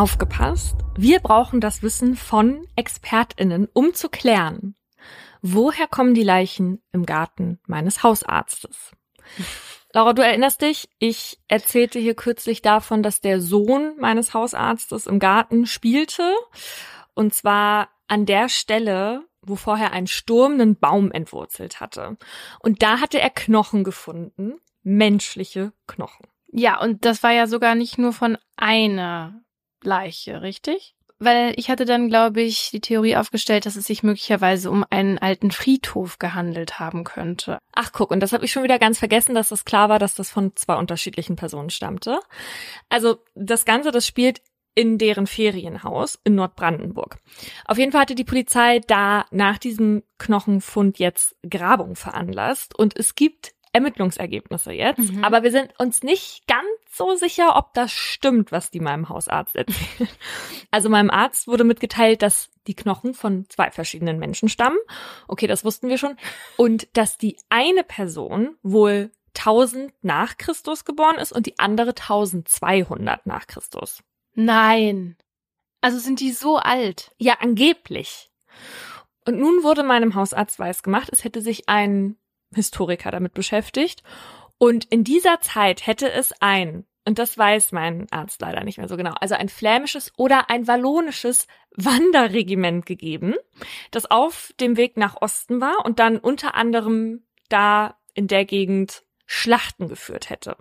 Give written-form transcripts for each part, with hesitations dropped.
Aufgepasst! Wir brauchen das Wissen von ExpertInnen, um zu klären, woher kommen die Leichen im Garten meines Hausarztes? Laura, du erinnerst dich, ich erzählte hier kürzlich davon, dass der Sohn meines Hausarztes im Garten spielte. Und zwar an der Stelle, wo vorher ein Sturm einen Baum entwurzelt hatte. Und da hatte er Knochen gefunden, menschliche Knochen. Ja, und das war ja sogar nicht nur von einer Leiche, richtig? Weil ich hatte dann, glaube ich, die Theorie aufgestellt, dass es sich möglicherweise um einen alten Friedhof gehandelt haben könnte. Ach, guck, und das habe ich schon wieder ganz vergessen, dass das klar war, dass das von 2 unterschiedlichen Personen stammte. Also das Ganze, das spielt in deren Ferienhaus in Nordbrandenburg. Auf jeden Fall hatte die Polizei da nach diesem Knochenfund jetzt Grabung veranlasst und es gibt Ermittlungsergebnisse jetzt, aber wir sind uns nicht ganz so sicher, ob das stimmt, was die meinem Hausarzt erzählt. Also meinem Arzt wurde mitgeteilt, dass die Knochen von 2 verschiedenen Menschen stammen. Okay, das wussten wir schon. Und dass die eine Person wohl 1000 nach Christus geboren ist und die andere 1200 nach Christus. Nein. Also sind die so alt? Ja, angeblich. Und nun wurde meinem Hausarzt weisgemacht, es hätte sich ein Historiker damit beschäftigt. Und in dieser Zeit hätte es und das weiß mein Arzt leider nicht mehr so genau, also ein flämisches oder ein wallonisches Wanderregiment gegeben, das auf dem Weg nach Osten war und dann unter anderem da in der Gegend Schlachten geführt hätte.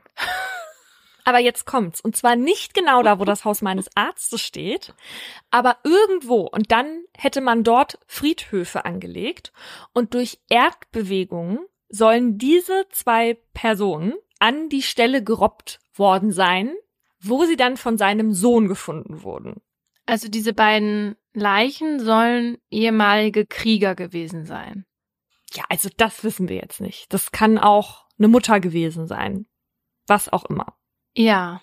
Aber jetzt kommt's. Und zwar nicht genau da, wo das Haus meines Arztes steht, aber irgendwo. Und dann hätte man dort Friedhöfe angelegt. Und durch Erdbewegungen sollen diese 2 Personen an die Stelle gerobbt worden sein, wo sie dann von seinem Sohn gefunden wurden. Also diese beiden Leichen sollen ehemalige Krieger gewesen sein. Ja, also das wissen wir jetzt nicht. Das kann auch eine Mutter gewesen sein. Was auch immer. Ja,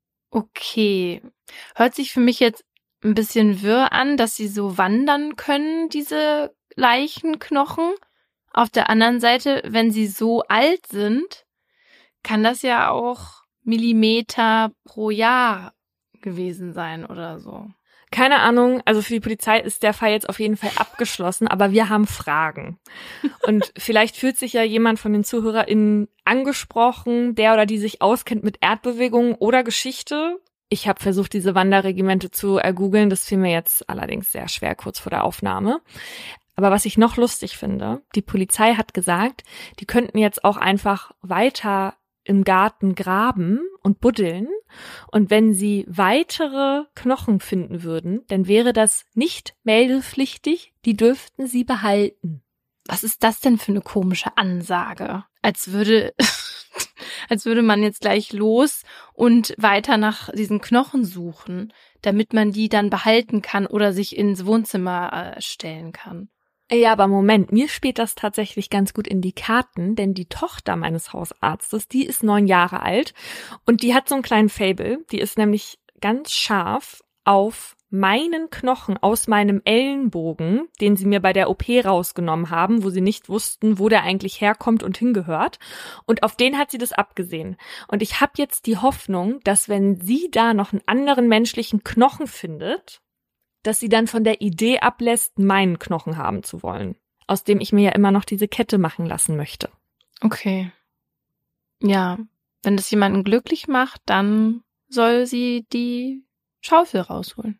okay. Hört sich für mich jetzt ein bisschen wirr an, dass sie so wandern können, diese Leichenknochen. Auf der anderen Seite, wenn sie so alt sind, kann das ja auch Millimeter pro Jahr gewesen sein oder so. Keine Ahnung, also für die Polizei ist der Fall jetzt auf jeden Fall abgeschlossen, aber wir haben Fragen. Und vielleicht fühlt sich ja jemand von den ZuhörerInnen angesprochen, der oder die sich auskennt mit Erdbewegungen oder Geschichte. Ich habe versucht, diese Wanderregimente zu ergoogeln, das fiel mir jetzt allerdings sehr schwer kurz vor der Aufnahme. Aber was ich noch lustig finde, die Polizei hat gesagt, die könnten jetzt auch einfach weiter im Garten graben und buddeln. Und wenn sie weitere Knochen finden würden, dann wäre das nicht meldepflichtig, die dürften sie behalten. Was ist das denn für eine komische Ansage? Als würde man jetzt gleich los und weiter nach diesen Knochen suchen, damit man die dann behalten kann oder sich ins Wohnzimmer stellen kann. Ja, aber Moment, mir spielt das tatsächlich ganz gut in die Karten, denn die Tochter meines Hausarztes, die ist 9 Jahre alt und die hat so einen kleinen Faible, die ist nämlich ganz scharf auf meinen Knochen aus meinem Ellenbogen, den sie mir bei der OP rausgenommen haben, wo sie nicht wussten, wo der eigentlich herkommt und hingehört. Und auf den hat sie das abgesehen. Und ich habe jetzt die Hoffnung, dass wenn sie da noch einen anderen menschlichen Knochen findet, dass sie dann von der Idee ablässt, meinen Knochen haben zu wollen, aus dem ich mir ja immer noch diese Kette machen lassen möchte. Okay. Ja, wenn das jemanden glücklich macht, dann soll sie die Schaufel rausholen.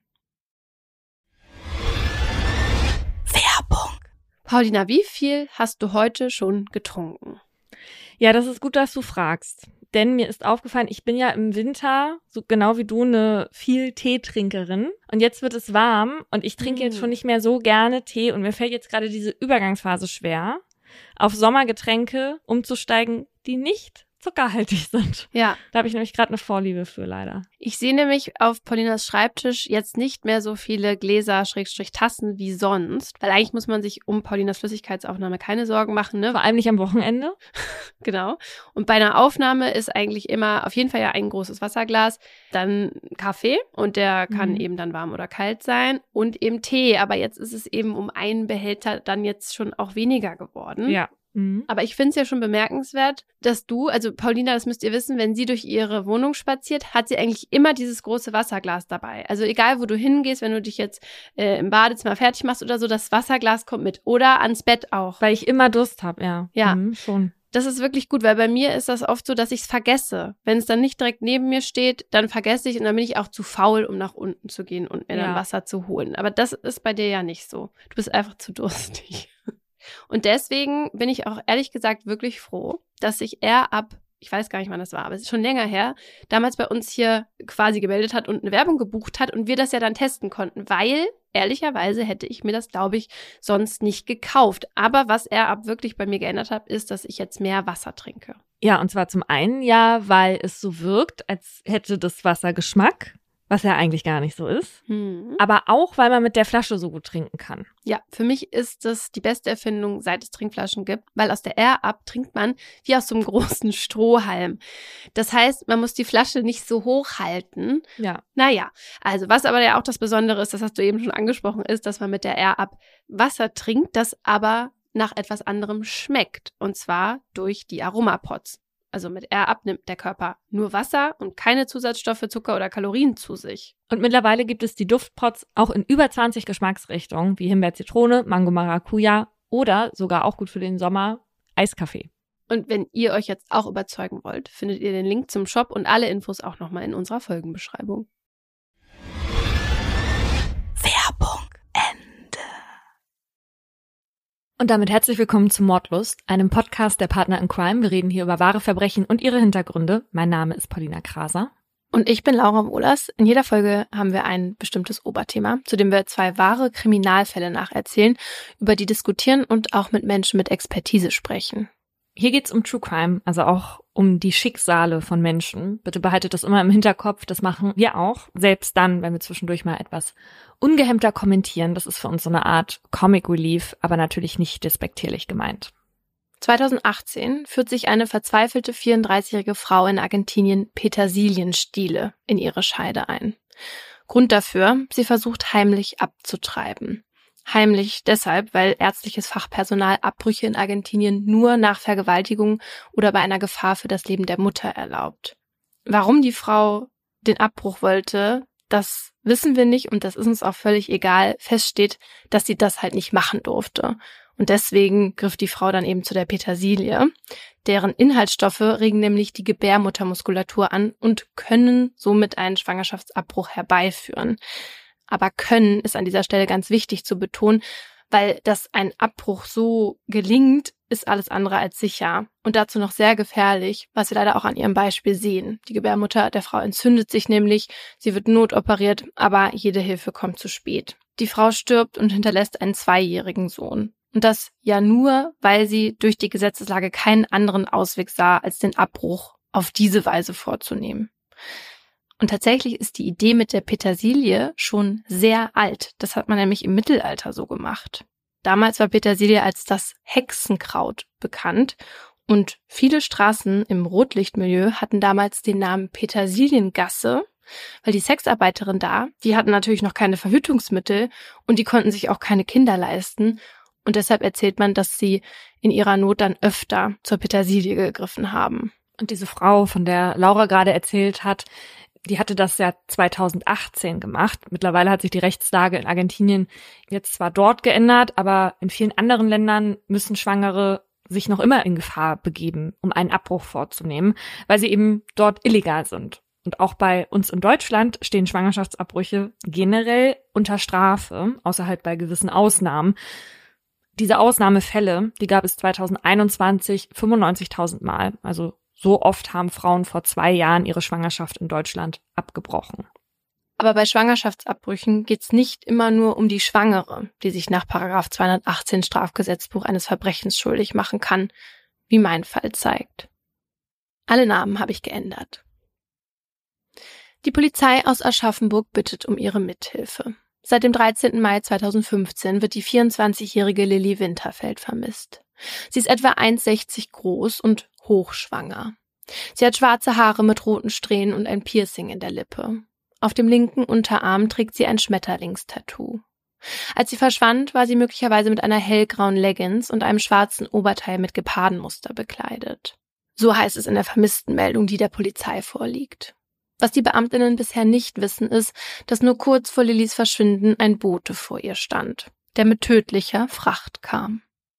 Werbung. Paulina, wie viel hast du heute schon getrunken? Ja, das ist gut, dass du fragst. Denn mir ist aufgefallen, ich bin ja im Winter, so genau wie du, eine viel Teetrinkerin. Und jetzt wird es warm und ich trinke jetzt schon nicht mehr so gerne Tee. Und mir fällt jetzt gerade diese Übergangsphase schwer, auf Sommergetränke umzusteigen, die nicht zuckerhaltig sind. Ja. Da habe ich nämlich gerade eine Vorliebe für, leider. Ich sehe nämlich auf Paulinas Schreibtisch jetzt nicht mehr so viele Gläser/Tassen wie sonst, weil eigentlich muss man sich um Paulinas Flüssigkeitsaufnahme keine Sorgen machen, ne? Vor allem nicht am Wochenende. Genau. Und bei einer Aufnahme ist eigentlich immer auf jeden Fall ja ein großes Wasserglas, dann Kaffee und der kann eben dann warm oder kalt sein und eben Tee. Aber jetzt ist es eben um einen Behälter dann jetzt schon auch weniger geworden. Ja. Aber ich finde es ja schon bemerkenswert, dass also Paulina, das müsst ihr wissen, wenn sie durch ihre Wohnung spaziert, hat sie eigentlich immer dieses große Wasserglas dabei. Also egal, wo du hingehst, wenn du dich jetzt im Badezimmer fertig machst oder so, das Wasserglas kommt mit. Oder ans Bett auch. Weil ich immer Durst habe, ja. Ja, schon. Das ist wirklich gut, weil bei mir ist das oft so, dass ich es vergesse. Wenn es dann nicht direkt neben mir steht, dann vergesse ich und dann bin ich auch zu faul, um nach unten zu gehen und mir dann Wasser zu holen. Aber das ist bei dir ja nicht so. Du bist einfach zu durstig. Und deswegen bin ich auch ehrlich gesagt wirklich froh, dass sich er ich weiß gar nicht, wann das war, aber es ist schon länger her, damals bei uns hier quasi gemeldet hat und eine Werbung gebucht hat und wir das ja dann testen konnten, weil ehrlicherweise hätte ich mir das, glaube ich, sonst nicht gekauft. Aber was er wirklich bei mir geändert hat, ist, dass ich jetzt mehr Wasser trinke. Ja, und zwar zum einen weil es so wirkt, als hätte das Wasser Geschmack, was ja eigentlich gar nicht so ist. Aber auch, weil man mit der Flasche so gut trinken kann. Ja, für mich ist das die beste Erfindung, seit es Trinkflaschen gibt, weil aus der Air-Up trinkt man wie aus so einem großen Strohhalm. Das heißt, man muss die Flasche nicht so hoch halten. Ja. Naja, also was aber ja auch das Besondere ist, das hast du eben schon angesprochen, ist, dass man mit der Air-Up Wasser trinkt, das aber nach etwas anderem schmeckt. Und zwar durch die Aromapods. Also mit Air-Up nimmt der Körper nur Wasser und keine Zusatzstoffe, Zucker oder Kalorien zu sich. Und mittlerweile gibt es die Duftpods auch in über 20 Geschmacksrichtungen, wie Himbeer-Zitrone, Mango-Maracuja oder sogar auch gut für den Sommer Eiskaffee. Und wenn ihr euch jetzt auch überzeugen wollt, findet ihr den Link zum Shop und alle Infos auch nochmal in unserer Folgenbeschreibung. Werbung Ende. Und damit herzlich willkommen zu Mordlust, einem Podcast der Partner in Crime. Wir reden hier über wahre Verbrechen und ihre Hintergründe. Mein Name ist Paulina Kraser. Und ich bin Laura Wohlers. In jeder Folge haben wir ein bestimmtes Oberthema, zu dem wir 2 wahre Kriminalfälle nacherzählen, über die diskutieren und auch mit Menschen mit Expertise sprechen. Hier geht's um True Crime, also auch um die Schicksale von Menschen. Bitte behaltet das immer im Hinterkopf, das machen wir auch, selbst dann, wenn wir zwischendurch mal etwas ungehemmter kommentieren. Das ist für uns so eine Art Comic Relief, aber natürlich nicht despektierlich gemeint. 2018 führt sich eine verzweifelte 34-jährige Frau in Argentinien Petersilienstiele in ihre Scheide ein. Grund dafür, sie versucht heimlich abzutreiben. Heimlich deshalb, weil ärztliches Fachpersonal Abbrüche in Argentinien nur nach Vergewaltigung oder bei einer Gefahr für das Leben der Mutter erlaubt. Warum die Frau den Abbruch wollte, das wissen wir nicht und das ist uns auch völlig egal. Fest steht, dass sie das halt nicht machen durfte. Und deswegen griff die Frau dann eben zu der Petersilie. Deren Inhaltsstoffe regen nämlich die Gebärmuttermuskulatur an und können somit einen Schwangerschaftsabbruch herbeiführen. Aber können ist an dieser Stelle ganz wichtig zu betonen, weil dass ein Abbruch so gelingt, ist alles andere als sicher. Und dazu noch sehr gefährlich, was wir leider auch an ihrem Beispiel sehen. Die Gebärmutter der Frau entzündet sich nämlich, sie wird notoperiert, aber jede Hilfe kommt zu spät. Die Frau stirbt und hinterlässt einen 2-jährigen Sohn. Und das ja nur, weil sie durch die Gesetzeslage keinen anderen Ausweg sah, als den Abbruch auf diese Weise vorzunehmen. Und tatsächlich ist die Idee mit der Petersilie schon sehr alt. Das hat man nämlich im Mittelalter so gemacht. Damals war Petersilie als das Hexenkraut bekannt und viele Straßen im Rotlichtmilieu hatten damals den Namen Petersiliengasse, weil die Sexarbeiterin da, die hatten natürlich noch keine Verhütungsmittel und die konnten sich auch keine Kinder leisten. Und deshalb erzählt man, dass sie in ihrer Not dann öfter zur Petersilie gegriffen haben. Und diese Frau, von der Laura gerade erzählt hat, die hatte das ja 2018 gemacht. Mittlerweile hat sich die Rechtslage in Argentinien jetzt zwar dort geändert, aber in vielen anderen Ländern müssen Schwangere sich noch immer in Gefahr begeben, um einen Abbruch vorzunehmen, weil sie eben dort illegal sind. Und auch bei uns in Deutschland stehen Schwangerschaftsabbrüche generell unter Strafe, außer halt bei gewissen Ausnahmen. Diese Ausnahmefälle, die gab es 2021 95.000 Mal, also so oft haben Frauen vor 2 Jahren ihre Schwangerschaft in Deutschland abgebrochen. Aber bei Schwangerschaftsabbrüchen geht's nicht immer nur um die Schwangere, die sich nach § 218 Strafgesetzbuch eines Verbrechens schuldig machen kann, wie mein Fall zeigt. Alle Namen habe ich geändert. Die Polizei aus Aschaffenburg bittet um ihre Mithilfe. Seit dem 13. Mai 2015 wird die 24-jährige Lilly Winterfeld vermisst. Sie ist etwa 1,60 groß und hochschwanger. Sie hat schwarze Haare mit roten Strähnen und ein Piercing in der Lippe. Auf dem linken Unterarm trägt sie ein Schmetterlingstattoo. Als sie verschwand, war sie möglicherweise mit einer hellgrauen Leggings und einem schwarzen Oberteil mit Gepardenmuster bekleidet. So heißt es in der Vermisstenmeldung, die der Polizei vorliegt. Was die Beamtinnen bisher nicht wissen, ist, dass nur kurz vor Lillys Verschwinden ein Bote vor ihr stand, der mit tödlicher Fracht kam.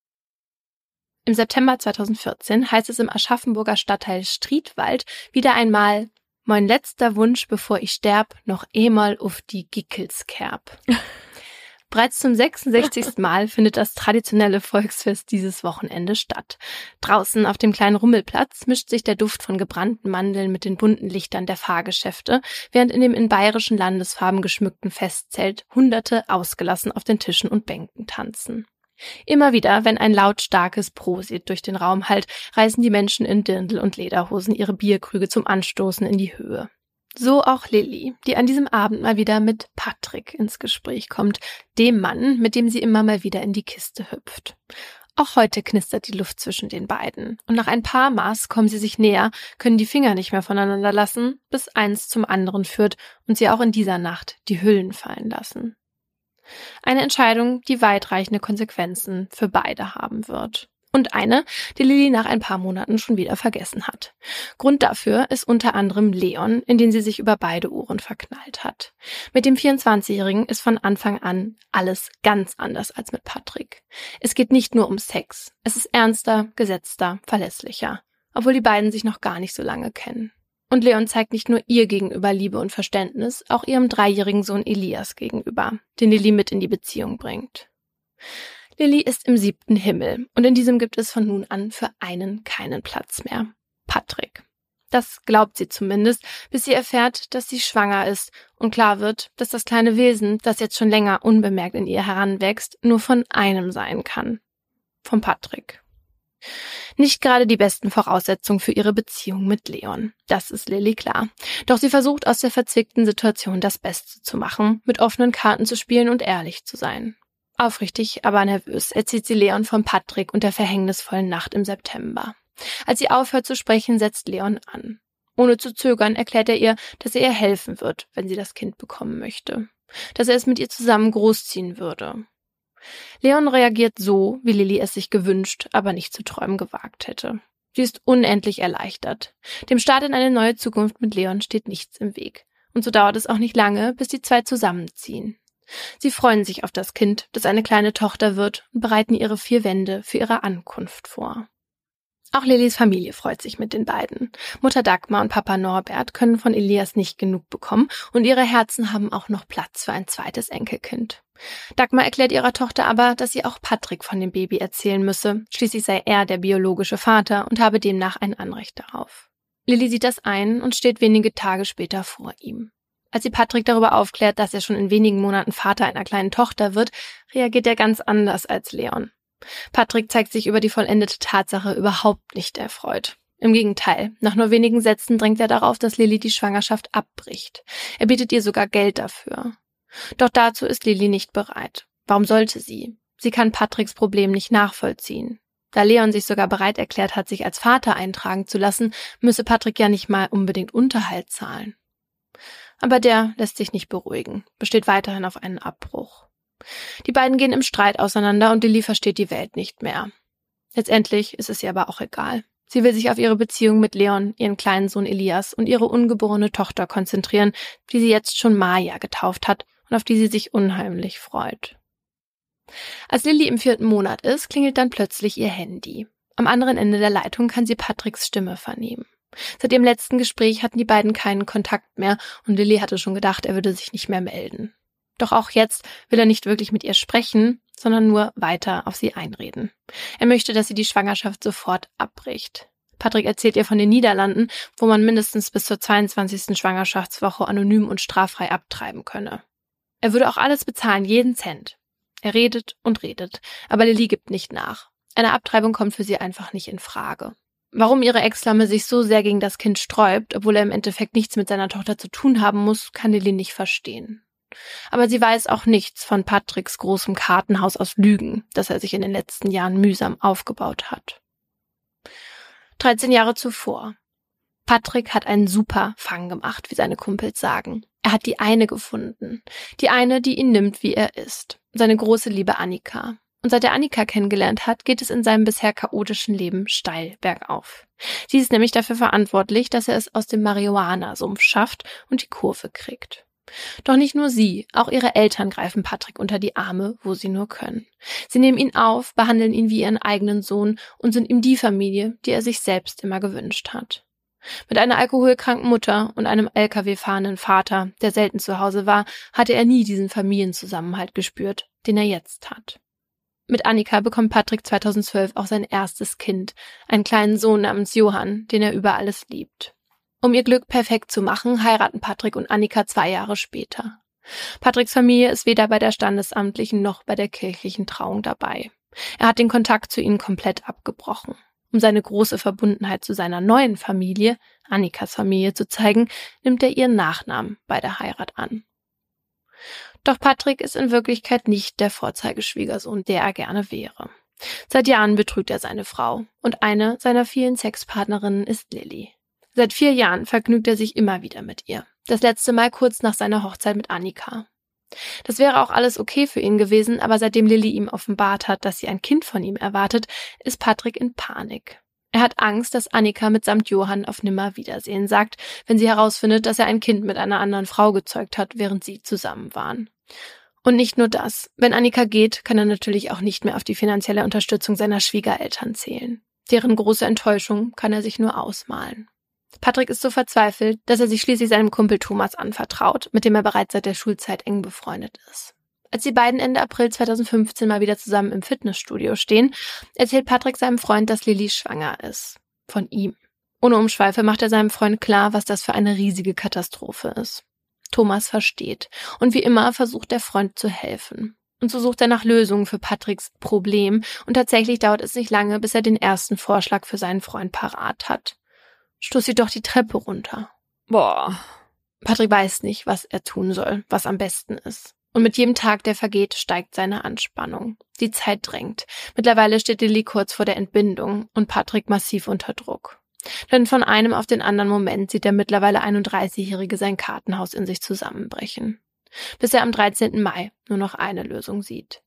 Im September 2014 heißt es im Aschaffenburger Stadtteil Striedwald wieder einmal: Mein letzter Wunsch, bevor ich sterb, noch emal auf die Gickelskerb. Bereits zum 66. Mal findet das traditionelle Volksfest dieses Wochenende statt. Draußen auf dem kleinen Rummelplatz mischt sich der Duft von gebrannten Mandeln mit den bunten Lichtern der Fahrgeschäfte, während in dem in bayerischen Landesfarben geschmückten Festzelt Hunderte ausgelassen auf den Tischen und Bänken tanzen. Immer wieder, wenn ein lautstarkes Prosit durch den Raum hallt, reißen die Menschen in Dirndl und Lederhosen ihre Bierkrüge zum Anstoßen in die Höhe. So auch Lilly, die an diesem Abend mal wieder mit Patrick ins Gespräch kommt, dem Mann, mit dem sie immer mal wieder in die Kiste hüpft. Auch heute knistert die Luft zwischen den beiden. Und nach ein paar Maß kommen sie sich näher, können die Finger nicht mehr voneinander lassen, bis eins zum anderen führt und sie auch in dieser Nacht die Hüllen fallen lassen. Eine Entscheidung, die weitreichende Konsequenzen für beide haben wird. Und eine, die Lilly nach ein paar Monaten schon wieder vergessen hat. Grund dafür ist unter anderem Leon, in den sie sich über beide Ohren verknallt hat. Mit dem 24-Jährigen ist von Anfang an alles ganz anders als mit Patrick. Es geht nicht nur um Sex. Es ist ernster, gesetzter, verlässlicher. Obwohl die beiden sich noch gar nicht so lange kennen. Und Leon zeigt nicht nur ihr gegenüber Liebe und Verständnis, auch ihrem 3-jährigen Sohn Elias gegenüber, den Lilly mit in die Beziehung bringt. Lilly ist im 7. Himmel und in diesem gibt es von nun an für einen keinen Platz mehr. Patrick. Das glaubt sie zumindest, bis sie erfährt, dass sie schwanger ist und klar wird, dass das kleine Wesen, das jetzt schon länger unbemerkt in ihr heranwächst, nur von einem sein kann. Von Patrick. Nicht gerade die besten Voraussetzungen für ihre Beziehung mit Leon. Das ist Lilly klar. Doch sie versucht aus der verzwickten Situation das Beste zu machen, mit offenen Karten zu spielen und ehrlich zu sein. Aufrichtig, aber nervös erzählt sie Leon von Patrick und der verhängnisvollen Nacht im September. Als sie aufhört zu sprechen, setzt Leon an. Ohne zu zögern erklärt er ihr, dass er ihr helfen wird, wenn sie das Kind bekommen möchte. Dass er es mit ihr zusammen großziehen würde. Leon reagiert so, wie Lilly es sich gewünscht, aber nicht zu träumen gewagt hätte. Sie ist unendlich erleichtert. Dem Start in eine neue Zukunft mit Leon steht nichts im Weg. Und so dauert es auch nicht lange, bis die zwei zusammenziehen. Sie freuen sich auf das Kind, das eine kleine Tochter wird, und bereiten ihre 4 Wände für ihre Ankunft vor. Auch Lillys Familie freut sich mit den beiden. Mutter Dagmar und Papa Norbert können von Elias nicht genug bekommen und ihre Herzen haben auch noch Platz für ein zweites Enkelkind. Dagmar erklärt ihrer Tochter aber, dass sie auch Patrick von dem Baby erzählen müsse, schließlich sei er der biologische Vater und habe demnach ein Anrecht darauf. Lilly sieht das ein und steht wenige Tage später vor ihm. Als sie Patrick darüber aufklärt, dass er schon in wenigen Monaten Vater einer kleinen Tochter wird, reagiert er ganz anders als Leon. Patrick zeigt sich über die vollendete Tatsache überhaupt nicht erfreut. Im Gegenteil, nach nur wenigen Sätzen drängt er darauf, dass Lilly die Schwangerschaft abbricht. Er bietet ihr sogar Geld dafür. Doch dazu ist Lilly nicht bereit. Warum sollte sie? Sie kann Patricks Problem nicht nachvollziehen. Da Leon sich sogar bereit erklärt hat, sich als Vater eintragen zu lassen, müsse Patrick ja nicht mal unbedingt Unterhalt zahlen. Aber der lässt sich nicht beruhigen, besteht weiterhin auf einen Abbruch. Die beiden gehen im Streit auseinander und Lilly versteht die Welt nicht mehr. Letztendlich ist es ihr aber auch egal. Sie will sich auf ihre Beziehung mit Leon, ihren kleinen Sohn Elias und ihre ungeborene Tochter konzentrieren, die sie jetzt schon Maja getauft hat und auf die sie sich unheimlich freut. Als Lilly im 4. Monat ist, klingelt dann plötzlich ihr Handy. Am anderen Ende der Leitung kann sie Patricks Stimme vernehmen. Seit ihrem letzten Gespräch hatten die beiden keinen Kontakt mehr und Lilly hatte schon gedacht, er würde sich nicht mehr melden. Doch auch jetzt will er nicht wirklich mit ihr sprechen, sondern nur weiter auf sie einreden. Er möchte, dass sie die Schwangerschaft sofort abbricht. Patrick erzählt ihr von den Niederlanden, wo man mindestens bis zur 22. Schwangerschaftswoche anonym und straffrei abtreiben könne. Er würde auch alles bezahlen, jeden Cent. Er redet und redet, aber Lilly gibt nicht nach. Eine Abtreibung kommt für sie einfach nicht in Frage. Warum ihre Ex-Lamme sich so sehr gegen das Kind sträubt, obwohl er im Endeffekt nichts mit seiner Tochter zu tun haben muss, kann Lilly nicht verstehen. Aber sie weiß auch nichts von Patricks großem Kartenhaus aus Lügen, das er sich in den letzten Jahren mühsam aufgebaut hat. 13 Jahre zuvor. Patrick hat einen super Fang gemacht, wie seine Kumpels sagen. Er hat die eine gefunden. Die eine, die ihn nimmt, wie er ist. Seine große Liebe Annika. Und seit er Annika kennengelernt hat, geht es in seinem bisher chaotischen Leben steil bergauf. Sie ist nämlich dafür verantwortlich, dass er es aus dem Marihuana-Sumpf schafft und die Kurve kriegt. Doch nicht nur sie, auch ihre Eltern greifen Patrick unter die Arme, wo sie nur können. Sie nehmen ihn auf, behandeln ihn wie ihren eigenen Sohn und sind ihm die Familie, die er sich selbst immer gewünscht hat. Mit einer alkoholkranken Mutter und einem LKW-fahrenden Vater, der selten zu Hause war, hatte er nie diesen Familienzusammenhalt gespürt, den er jetzt hat. Mit Annika bekommt Patrick 2012 auch sein erstes Kind, einen kleinen Sohn namens Johann, den er über alles liebt. Um ihr Glück perfekt zu machen, heiraten Patrick und Annika 2 Jahre später. Patricks Familie ist weder bei der standesamtlichen noch bei der kirchlichen Trauung dabei. Er hat den Kontakt zu ihnen komplett abgebrochen. Um seine große Verbundenheit zu seiner neuen Familie, Annikas Familie, zu zeigen, nimmt er ihren Nachnamen bei der Heirat an. Doch Patrick ist in Wirklichkeit nicht der Vorzeigeschwiegersohn, der er gerne wäre. Seit Jahren betrügt er seine Frau und eine seiner vielen Sexpartnerinnen ist Lilly. Seit 4 Jahren vergnügt er sich immer wieder mit ihr. Das letzte Mal kurz nach seiner Hochzeit mit Annika. Das wäre auch alles okay für ihn gewesen, aber seitdem Lilly ihm offenbart hat, dass sie ein Kind von ihm erwartet, ist Patrick in Panik. Er hat Angst, dass Annika mitsamt Johann auf Nimmerwiedersehen sagt, wenn sie herausfindet, dass er ein Kind mit einer anderen Frau gezeugt hat, während sie zusammen waren. Und nicht nur das. Wenn Annika geht, kann er natürlich auch nicht mehr auf die finanzielle Unterstützung seiner Schwiegereltern zählen. Deren große Enttäuschung kann er sich nur ausmalen. Patrick ist so verzweifelt, dass er sich schließlich seinem Kumpel Thomas anvertraut, mit dem er bereits seit der Schulzeit eng befreundet ist. Als die beiden Ende April 2015 mal wieder zusammen im Fitnessstudio stehen, erzählt Patrick seinem Freund, dass Lilly schwanger ist. Von ihm. Ohne Umschweife macht er seinem Freund klar, was das für eine riesige Katastrophe ist. Thomas versteht. Und wie immer versucht der Freund zu helfen. Und so sucht er nach Lösungen für Patricks Problem. Und tatsächlich dauert es nicht lange, bis er den ersten Vorschlag für seinen Freund parat hat. Stoß sie doch die Treppe runter. Boah. Patrick weiß nicht, was er tun soll, was am besten ist. Und mit jedem Tag, der vergeht, steigt seine Anspannung. Die Zeit drängt. Mittlerweile steht Lilly kurz vor der Entbindung und Patrick massiv unter Druck. Denn von einem auf den anderen Moment sieht der mittlerweile 31-Jährige sein Kartenhaus in sich zusammenbrechen. Bis er am 13. Mai nur noch eine Lösung sieht.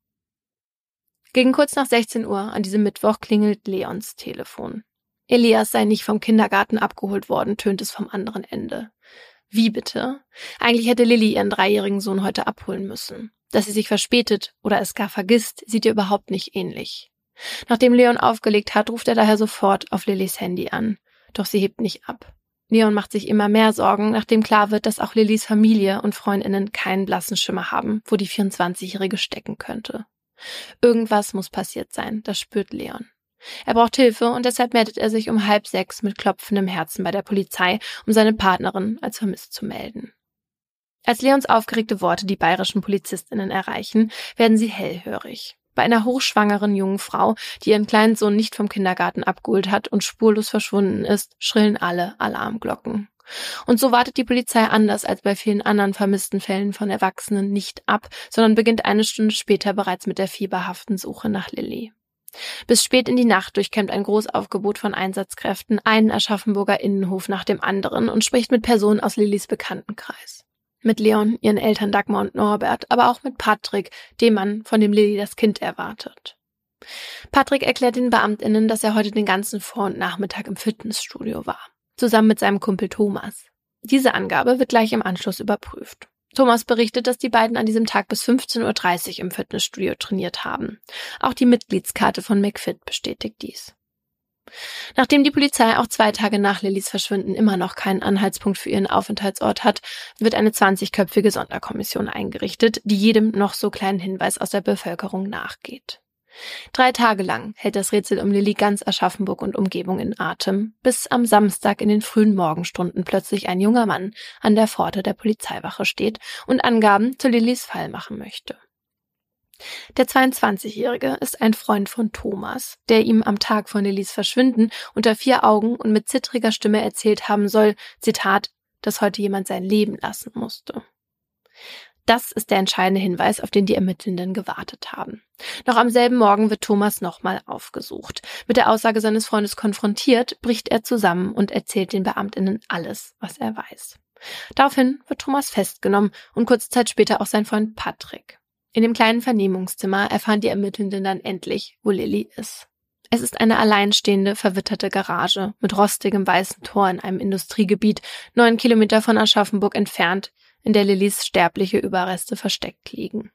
Gegen kurz nach 16 Uhr an diesem Mittwoch klingelt Leons Telefon. Elias sei nicht vom Kindergarten abgeholt worden, tönt es vom anderen Ende. Wie bitte? Eigentlich hätte Lilly ihren 3-jährigen Sohn heute abholen müssen. Dass sie sich verspätet oder es gar vergisst, sieht ihr überhaupt nicht ähnlich. Nachdem Leon aufgelegt hat, ruft er daher sofort auf Lillys Handy an. Doch sie hebt nicht ab. Leon macht sich immer mehr Sorgen, nachdem klar wird, dass auch Lillys Familie und Freundinnen keinen blassen Schimmer haben, wo die 24-Jährige stecken könnte. Irgendwas muss passiert sein, das spürt Leon. Er braucht Hilfe und deshalb meldet er sich um 5:30 mit klopfendem Herzen bei der Polizei, um seine Partnerin als vermisst zu melden. Als Leons aufgeregte Worte die bayerischen PolizistInnen erreichen, werden sie hellhörig. Bei einer hochschwangeren jungen Frau, die ihren kleinen Sohn nicht vom Kindergarten abgeholt hat und spurlos verschwunden ist, schrillen alle Alarmglocken. Und so wartet die Polizei anders als bei vielen anderen vermissten Fällen von Erwachsenen nicht ab, sondern beginnt 1 Stunde später bereits mit der fieberhaften Suche nach Lilly. Bis spät in die Nacht durchkämmt ein Großaufgebot von Einsatzkräften einen Aschaffenburger Innenhof nach dem anderen und spricht mit Personen aus Lillys Bekanntenkreis. Mit Leon, ihren Eltern Dagmar und Norbert, aber auch mit Patrick, dem Mann, von dem Lilly das Kind erwartet. Patrick erklärt den BeamtInnen, dass er heute den ganzen Vor- und Nachmittag im Fitnessstudio war, zusammen mit seinem Kumpel Thomas. Diese Angabe wird gleich im Anschluss überprüft. Thomas berichtet, dass die beiden an diesem Tag bis 15:30 Uhr im Fitnessstudio trainiert haben. Auch die Mitgliedskarte von McFit bestätigt dies. Nachdem die Polizei auch 2 Tage nach Lillys Verschwinden immer noch keinen Anhaltspunkt für ihren Aufenthaltsort hat, wird eine 20-köpfige Sonderkommission eingerichtet, die jedem noch so kleinen Hinweis aus der Bevölkerung nachgeht. 3 Tage lang hält das Rätsel um Lilly ganz Aschaffenburg und Umgebung in Atem, bis am Samstag in den frühen Morgenstunden plötzlich ein junger Mann an der Pforte der Polizeiwache steht und Angaben zu Lillys Fall machen möchte. Der 22-Jährige ist ein Freund von Thomas, der ihm am Tag von Lillys Verschwinden unter 4 Augen und mit zittriger Stimme erzählt haben soll, Zitat, dass heute jemand sein Leben lassen musste. Das ist der entscheidende Hinweis, auf den die Ermittelnden gewartet haben. Noch am selben Morgen wird Thomas nochmal aufgesucht. Mit der Aussage seines Freundes konfrontiert, bricht er zusammen und erzählt den BeamtInnen alles, was er weiß. Daraufhin wird Thomas festgenommen und kurze Zeit später auch sein Freund Patrick. In dem kleinen Vernehmungszimmer erfahren die Ermittelnden dann endlich, wo Lilly ist. Es ist eine alleinstehende, verwitterte Garage mit rostigem weißen Tor in einem Industriegebiet, 9 Kilometer von Aschaffenburg entfernt, in der Lillys sterbliche Überreste versteckt liegen.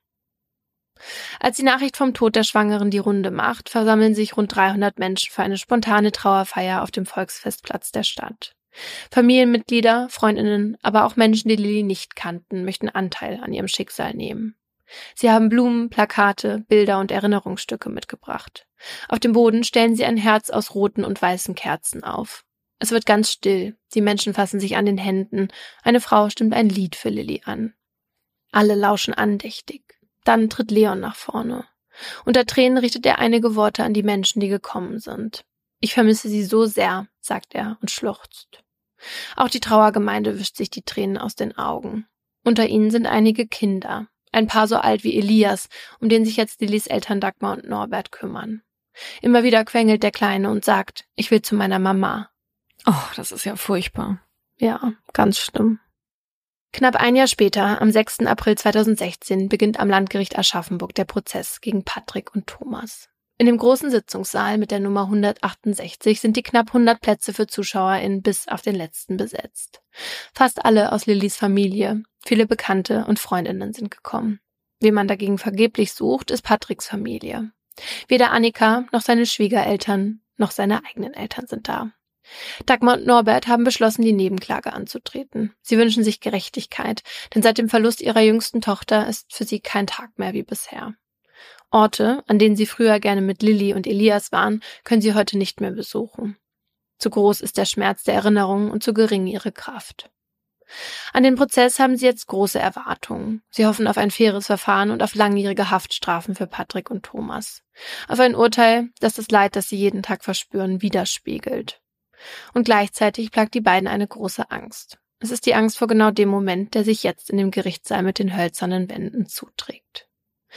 Als die Nachricht vom Tod der Schwangeren die Runde macht, versammeln sich rund 300 Menschen für eine spontane Trauerfeier auf dem Volksfestplatz der Stadt. Familienmitglieder, Freundinnen, aber auch Menschen, die Lilly nicht kannten, möchten Anteil an ihrem Schicksal nehmen. Sie haben Blumen, Plakate, Bilder und Erinnerungsstücke mitgebracht. Auf dem Boden stellen sie ein Herz aus roten und weißen Kerzen auf. Es wird ganz still, die Menschen fassen sich an den Händen, eine Frau stimmt ein Lied für Lilly an. Alle lauschen andächtig. Dann tritt Leon nach vorne. Unter Tränen richtet er einige Worte an die Menschen, die gekommen sind. Ich vermisse sie so sehr, sagt er und schluchzt. Auch die Trauergemeinde wischt sich die Tränen aus den Augen. Unter ihnen sind einige Kinder. Ein Paar so alt wie Elias, um den sich jetzt Lillys Eltern Dagmar und Norbert kümmern. Immer wieder quengelt der Kleine und sagt, ich will zu meiner Mama. Oh, das ist ja furchtbar. Ja, ganz schlimm. Knapp ein Jahr später, am 6. April 2016, beginnt am Landgericht Aschaffenburg der Prozess gegen Patrick und Thomas. In dem großen Sitzungssaal mit der Nummer 168 sind die knapp 100 Plätze für ZuschauerInnen bis auf den letzten besetzt. Fast alle aus Lillys Familie, viele Bekannte und Freundinnen sind gekommen. Wen man dagegen vergeblich sucht, ist Patricks Familie. Weder Annika noch seine Schwiegereltern noch seine eigenen Eltern sind da. Dagmar und Norbert haben beschlossen, die Nebenklage anzutreten. Sie wünschen sich Gerechtigkeit, denn seit dem Verlust ihrer jüngsten Tochter ist für sie kein Tag mehr wie bisher. Orte, an denen sie früher gerne mit Lilly und Elias waren, können sie heute nicht mehr besuchen. Zu groß ist der Schmerz der Erinnerung und zu gering ihre Kraft. An den Prozess haben sie jetzt große Erwartungen. Sie hoffen auf ein faires Verfahren und auf langjährige Haftstrafen für Patrick und Thomas. Auf ein Urteil, das das Leid, das sie jeden Tag verspüren, widerspiegelt. Und gleichzeitig plagt die beiden eine große Angst. Es ist die Angst vor genau dem Moment, der sich jetzt in dem Gerichtssaal mit den hölzernen Wänden zuträgt.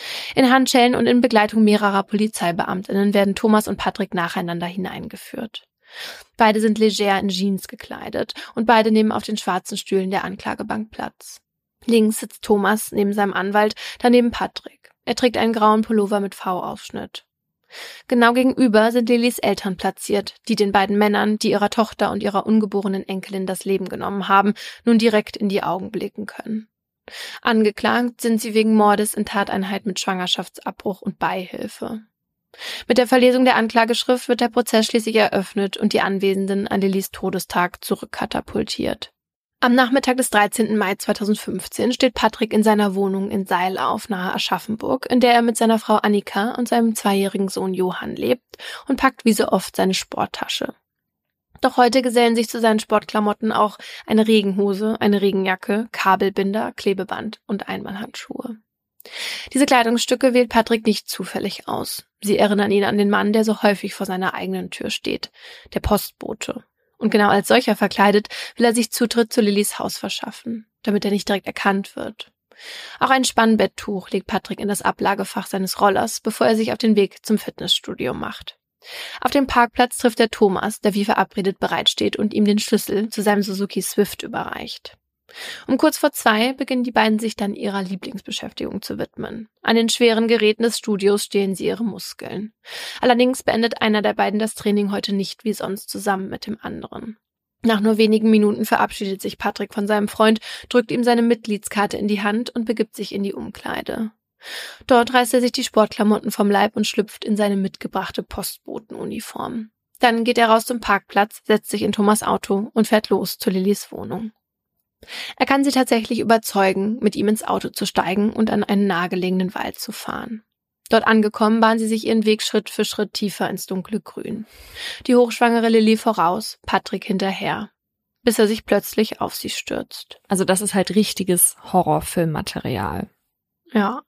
In Handschellen und in Begleitung mehrerer PolizeibeamtInnen werden Thomas und Patrick nacheinander hineingeführt. Beide sind leger in Jeans gekleidet und beide nehmen auf den schwarzen Stühlen der Anklagebank Platz. Links sitzt Thomas neben seinem Anwalt, daneben Patrick. Er trägt einen grauen Pullover mit V-Aufschnitt. Genau gegenüber sind Lillys Eltern platziert, die den beiden Männern, die ihrer Tochter und ihrer ungeborenen Enkelin das Leben genommen haben, nun direkt in die Augen blicken können. Angeklagt sind sie wegen Mordes in Tateinheit mit Schwangerschaftsabbruch und Beihilfe. Mit der Verlesung der Anklageschrift wird der Prozess schließlich eröffnet und die Anwesenden an Lillys Todestag zurückkatapultiert. Am Nachmittag des 13. Mai 2015 steht Patrick in seiner Wohnung in Seilauf nahe Aschaffenburg, in der er mit seiner Frau Annika und seinem 2-jährigen Sohn Johann lebt, und packt wie so oft seine Sporttasche. Doch heute gesellen sich zu seinen Sportklamotten auch eine Regenhose, eine Regenjacke, Kabelbinder, Klebeband und Einmalhandschuhe. Diese Kleidungsstücke wählt Patrick nicht zufällig aus. Sie erinnern ihn an den Mann, der so häufig vor seiner eigenen Tür steht, der Postbote. Und genau als solcher verkleidet will er sich Zutritt zu Lillys Haus verschaffen, damit er nicht direkt erkannt wird. Auch ein Spannbetttuch legt Patrick in das Ablagefach seines Rollers, bevor er sich auf den Weg zum Fitnessstudio macht. Auf dem Parkplatz trifft er Thomas, der wie verabredet bereitsteht und ihm den Schlüssel zu seinem Suzuki Swift überreicht. Um kurz vor 2 beginnen die beiden sich dann ihrer Lieblingsbeschäftigung zu widmen. An den schweren Geräten des Studios stehlen sie ihre Muskeln. Allerdings beendet einer der beiden das Training heute nicht wie sonst zusammen mit dem anderen. Nach nur wenigen Minuten verabschiedet sich Patrick von seinem Freund, drückt ihm seine Mitgliedskarte in die Hand und begibt sich in die Umkleide. Dort reißt er sich die Sportklamotten vom Leib und schlüpft in seine mitgebrachte Postbotenuniform. Dann geht er raus zum Parkplatz, setzt sich in Thomas' Auto und fährt los zu Lillys Wohnung. Er kann sie tatsächlich überzeugen, mit ihm ins Auto zu steigen und an einen nahegelegenen Wald zu fahren. Dort angekommen, bahnen sie sich ihren Weg Schritt für Schritt tiefer ins dunkle Grün. Die hochschwangere Lilly voraus, Patrick hinterher, bis er sich plötzlich auf sie stürzt. Also das ist halt richtiges Horrorfilmmaterial. Ja.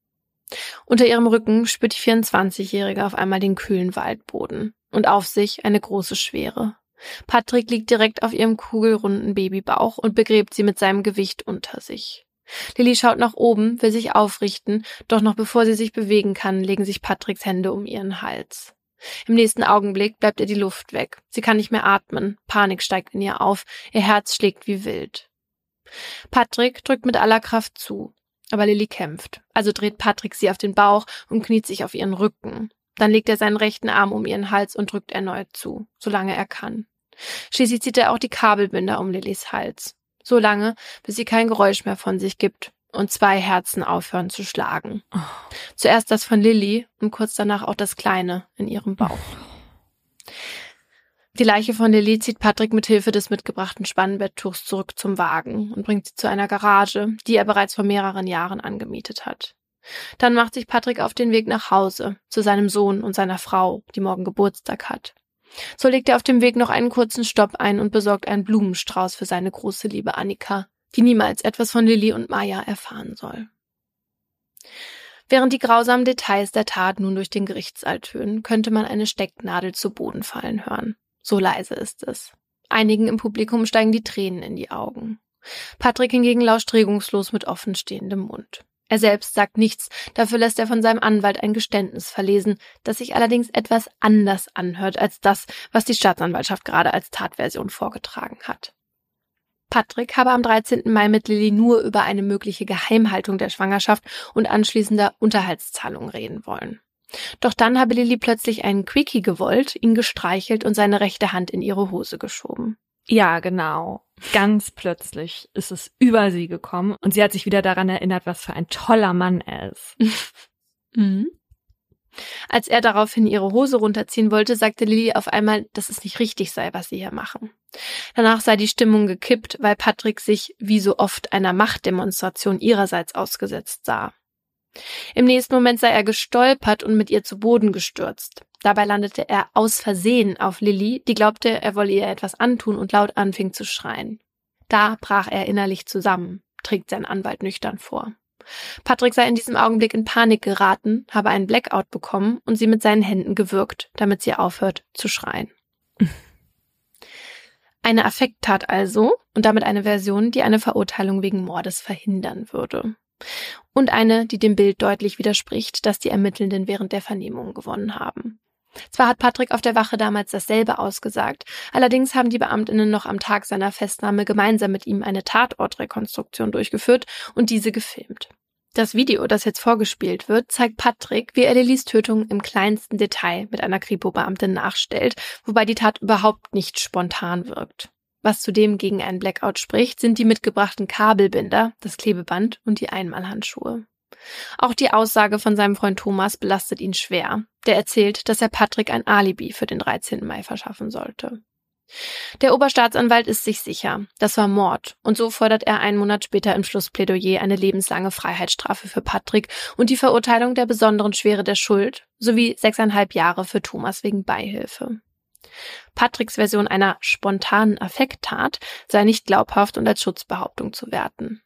Unter ihrem Rücken spürt die 24-Jährige auf einmal den kühlen Waldboden und auf sich eine große Schwere. Patrick liegt direkt auf ihrem kugelrunden Babybauch und begräbt sie mit seinem Gewicht unter sich. Lilly schaut nach oben, will sich aufrichten, doch noch bevor sie sich bewegen kann, legen sich Patricks Hände um ihren Hals. Im nächsten Augenblick bleibt ihr die Luft weg. Sie kann nicht mehr atmen. Panik steigt in ihr auf. Ihr Herz schlägt wie wild. Patrick drückt mit aller Kraft zu, aber Lilly kämpft. Also dreht Patrick sie auf den Bauch und kniet sich auf ihren Rücken. Dann legt er seinen rechten Arm um ihren Hals und drückt erneut zu, solange er kann. Schließlich zieht er auch die Kabelbinder um Lillys Hals. So lange, bis sie kein Geräusch mehr von sich gibt und 2 Herzen aufhören zu schlagen. Oh. Zuerst das von Lilly und kurz danach auch das kleine in ihrem Bauch. Die Leiche von Lilly zieht Patrick mit Hilfe des mitgebrachten Spannbetttuchs zurück zum Wagen und bringt sie zu einer Garage, die er bereits vor mehreren Jahren angemietet hat. Dann macht sich Patrick auf den Weg nach Hause, zu seinem Sohn und seiner Frau, die morgen Geburtstag hat. So legt er auf dem Weg noch einen kurzen Stopp ein und besorgt einen Blumenstrauß für seine große Liebe Annika, die niemals etwas von Lilly und Maja erfahren soll. Während die grausamen Details der Tat nun durch den Gerichtssaal tönen, könnte man eine Stecknadel zu Boden fallen hören. So leise ist es. Einigen im Publikum steigen die Tränen in die Augen. Patrick hingegen lauscht regungslos mit offenstehendem Mund. Er selbst sagt nichts, dafür lässt er von seinem Anwalt ein Geständnis verlesen, das sich allerdings etwas anders anhört als das, was die Staatsanwaltschaft gerade als Tatversion vorgetragen hat. Patrick habe am 13. Mai mit Lilly nur über eine mögliche Geheimhaltung der Schwangerschaft und anschließender Unterhaltszahlung reden wollen. Doch dann habe Lilly plötzlich einen Quickie gewollt, ihn gestreichelt und seine rechte Hand in ihre Hose geschoben. Ja, genau. Ganz plötzlich ist es über sie gekommen und sie hat sich wieder daran erinnert, was für ein toller Mann er ist. Mhm. Als er daraufhin ihre Hose runterziehen wollte, sagte Lilly auf einmal, dass es nicht richtig sei, was sie hier machen. Danach sei die Stimmung gekippt, weil Patrick sich, wie so oft, einer Machtdemonstration ihrerseits ausgesetzt sah. Im nächsten Moment sei er gestolpert und mit ihr zu Boden gestürzt. Dabei landete er aus Versehen auf Lilly, die glaubte, er wolle ihr etwas antun und laut anfing zu schreien. Da brach er innerlich zusammen, trägt sein Anwalt nüchtern vor. Patrick sei in diesem Augenblick in Panik geraten, habe einen Blackout bekommen und sie mit seinen Händen gewürgt, damit sie aufhört zu schreien. Eine Affekttat also und damit eine Version, die eine Verurteilung wegen Mordes verhindern würde. Und eine, die dem Bild deutlich widerspricht, das die Ermittelnden während der Vernehmung gewonnen haben. Zwar hat Patrick auf der Wache damals dasselbe ausgesagt, allerdings haben die Beamtinnen noch am Tag seiner Festnahme gemeinsam mit ihm eine Tatortrekonstruktion durchgeführt und diese gefilmt. Das Video, das jetzt vorgespielt wird, zeigt Patrick, wie er Lillys Tötung im kleinsten Detail mit einer Kripo-Beamtin nachstellt, wobei die Tat überhaupt nicht spontan wirkt. Was zudem gegen einen Blackout spricht, sind die mitgebrachten Kabelbinder, das Klebeband und die Einmalhandschuhe. Auch die Aussage von seinem Freund Thomas belastet ihn schwer. Der erzählt, dass er Patrick ein Alibi für den 13. Mai verschaffen sollte. Der Oberstaatsanwalt ist sich sicher, das war Mord, und so fordert er einen Monat später im Schlussplädoyer eine lebenslange Freiheitsstrafe für Patrick und die Verurteilung der besonderen Schwere der Schuld sowie 6,5 Jahre für Thomas wegen Beihilfe. Patricks Version einer spontanen Affekttat sei nicht glaubhaft und als Schutzbehauptung zu werten.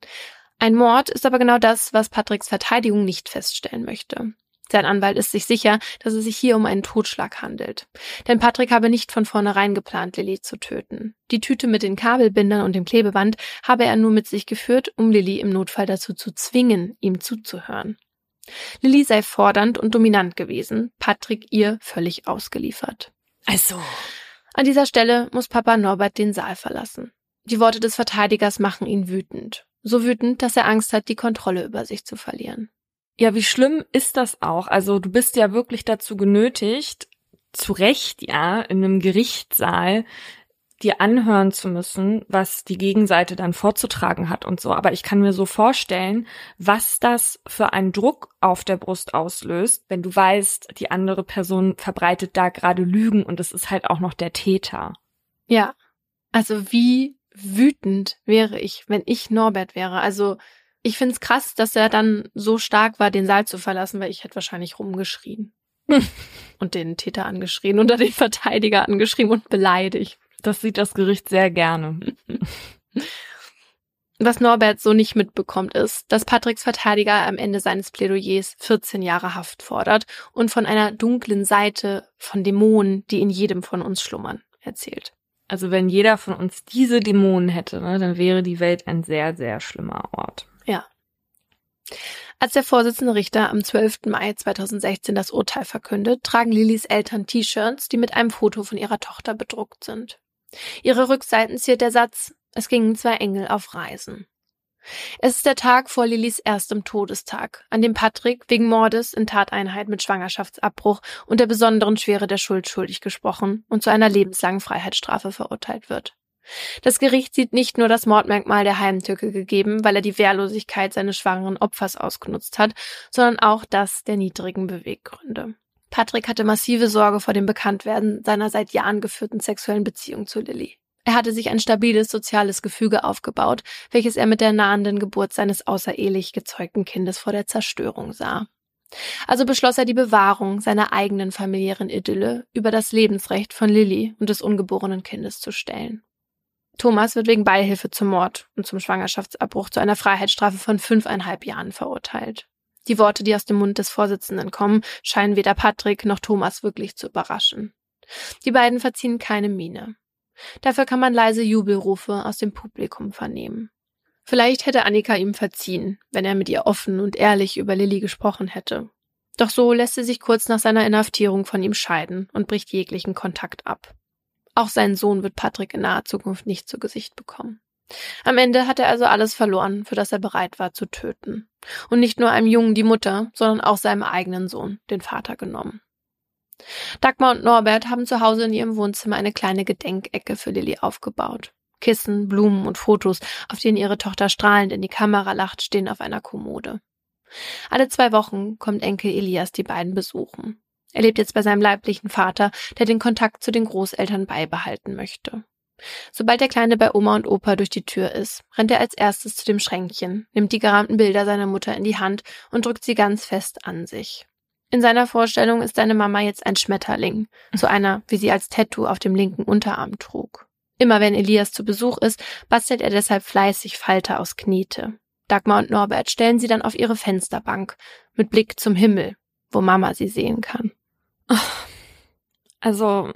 Ein Mord ist aber genau das, was Patricks Verteidigung nicht feststellen möchte. Sein Anwalt ist sich sicher, dass es sich hier um einen Totschlag handelt. Denn Patrick habe nicht von vornherein geplant, Lilly zu töten. Die Tüte mit den Kabelbindern und dem Klebeband habe er nur mit sich geführt, um Lilly im Notfall dazu zu zwingen, ihm zuzuhören. Lilly sei fordernd und dominant gewesen, Patrick ihr völlig ausgeliefert. Also. An dieser Stelle muss Papa Norbert den Saal verlassen. Die Worte des Verteidigers machen ihn wütend. So wütend, dass er Angst hat, die Kontrolle über sich zu verlieren. Ja, wie schlimm ist das auch? Also du bist ja wirklich dazu genötigt, zu Recht, ja, in einem Gerichtssaal dir anhören zu müssen, was die Gegenseite dann vorzutragen hat und so. Aber ich kann mir so vorstellen, was das für einen Druck auf der Brust auslöst, wenn du weißt, die andere Person verbreitet da gerade Lügen und es ist halt auch noch der Täter. Ja, also wie wütend wäre ich, wenn ich Norbert wäre. Also ich find's krass, dass er dann so stark war, den Saal zu verlassen, weil ich hätte wahrscheinlich rumgeschrien. Und den Täter angeschrien oder den Verteidiger angeschrien und beleidigt. Das sieht das Gericht sehr gerne. Was Norbert so nicht mitbekommt, ist, dass Patricks Verteidiger am Ende seines Plädoyers 14 Jahre Haft fordert und von einer dunklen Seite, von Dämonen, die in jedem von uns schlummern, erzählt. Also wenn jeder von uns diese Dämonen hätte, ne, dann wäre die Welt ein sehr, sehr schlimmer Ort. Ja. Als der Vorsitzende Richter am 12. Mai 2016 das Urteil verkündet, tragen Lillys Eltern T-Shirts, die mit einem Foto von ihrer Tochter bedruckt sind. Ihre Rückseiten ziert der Satz: Es gingen 2 Engel auf Reisen. Es ist der Tag vor Lillys erstem Todestag, an dem Patrick wegen Mordes in Tateinheit mit Schwangerschaftsabbruch und der besonderen Schwere der Schuld schuldig gesprochen und zu einer lebenslangen Freiheitsstrafe verurteilt wird. Das Gericht sieht nicht nur das Mordmerkmal der Heimtücke gegeben, weil er die Wehrlosigkeit seines schwangeren Opfers ausgenutzt hat, sondern auch das der niedrigen Beweggründe. Patrick hatte massive Sorge vor dem Bekanntwerden seiner seit Jahren geführten sexuellen Beziehung zu Lilly. Er hatte sich ein stabiles soziales Gefüge aufgebaut, welches er mit der nahenden Geburt seines außerehelich gezeugten Kindes vor der Zerstörung sah. Also beschloss er die Bewahrung seiner eigenen familiären Idylle über das Lebensrecht von Lilly und des ungeborenen Kindes zu stellen. Thomas wird wegen Beihilfe zum Mord und zum Schwangerschaftsabbruch zu einer Freiheitsstrafe von 5,5 Jahren verurteilt. Die Worte, die aus dem Mund des Vorsitzenden kommen, scheinen weder Patrick noch Thomas wirklich zu überraschen. Die beiden verziehen keine Miene. Dafür kann man leise Jubelrufe aus dem Publikum vernehmen. Vielleicht hätte Annika ihm verziehen, wenn er mit ihr offen und ehrlich über Lilly gesprochen hätte. Doch so lässt sie sich kurz nach seiner Inhaftierung von ihm scheiden und bricht jeglichen Kontakt ab. Auch seinen Sohn wird Patrick in naher Zukunft nicht zu Gesicht bekommen. Am Ende hat er also alles verloren, für das er bereit war zu töten. Und nicht nur einem Jungen die Mutter, sondern auch seinem eigenen Sohn, den Vater, genommen. Dagmar und Norbert haben zu Hause in ihrem Wohnzimmer eine kleine Gedenkecke für Lilly aufgebaut. Kissen, Blumen und Fotos, auf denen ihre Tochter strahlend in die Kamera lacht, stehen auf einer Kommode. Alle 2 Wochen kommt Enkel Elias die beiden besuchen. Er lebt jetzt bei seinem leiblichen Vater, der den Kontakt zu den Großeltern beibehalten möchte. Sobald der Kleine bei Oma und Opa durch die Tür ist, rennt er als erstes zu dem Schränkchen, nimmt die gerahmten Bilder seiner Mutter in die Hand und drückt sie ganz fest an sich. In seiner Vorstellung ist seine Mama jetzt ein Schmetterling, so einer, wie sie als Tattoo auf dem linken Unterarm trug. Immer wenn Elias zu Besuch ist, bastelt er deshalb fleißig Falter aus Knete. Dagmar und Norbert stellen sie dann auf ihre Fensterbank, mit Blick zum Himmel, wo Mama sie sehen kann. Also,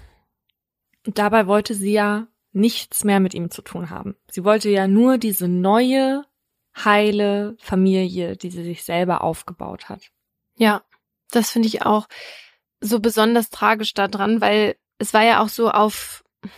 dabei wollte sie ja nichts mehr mit ihm zu tun haben. Sie wollte ja nur diese neue, heile Familie, die sie sich selber aufgebaut hat. Ja, das finde ich auch so besonders tragisch daran, weil es war ja auch so auf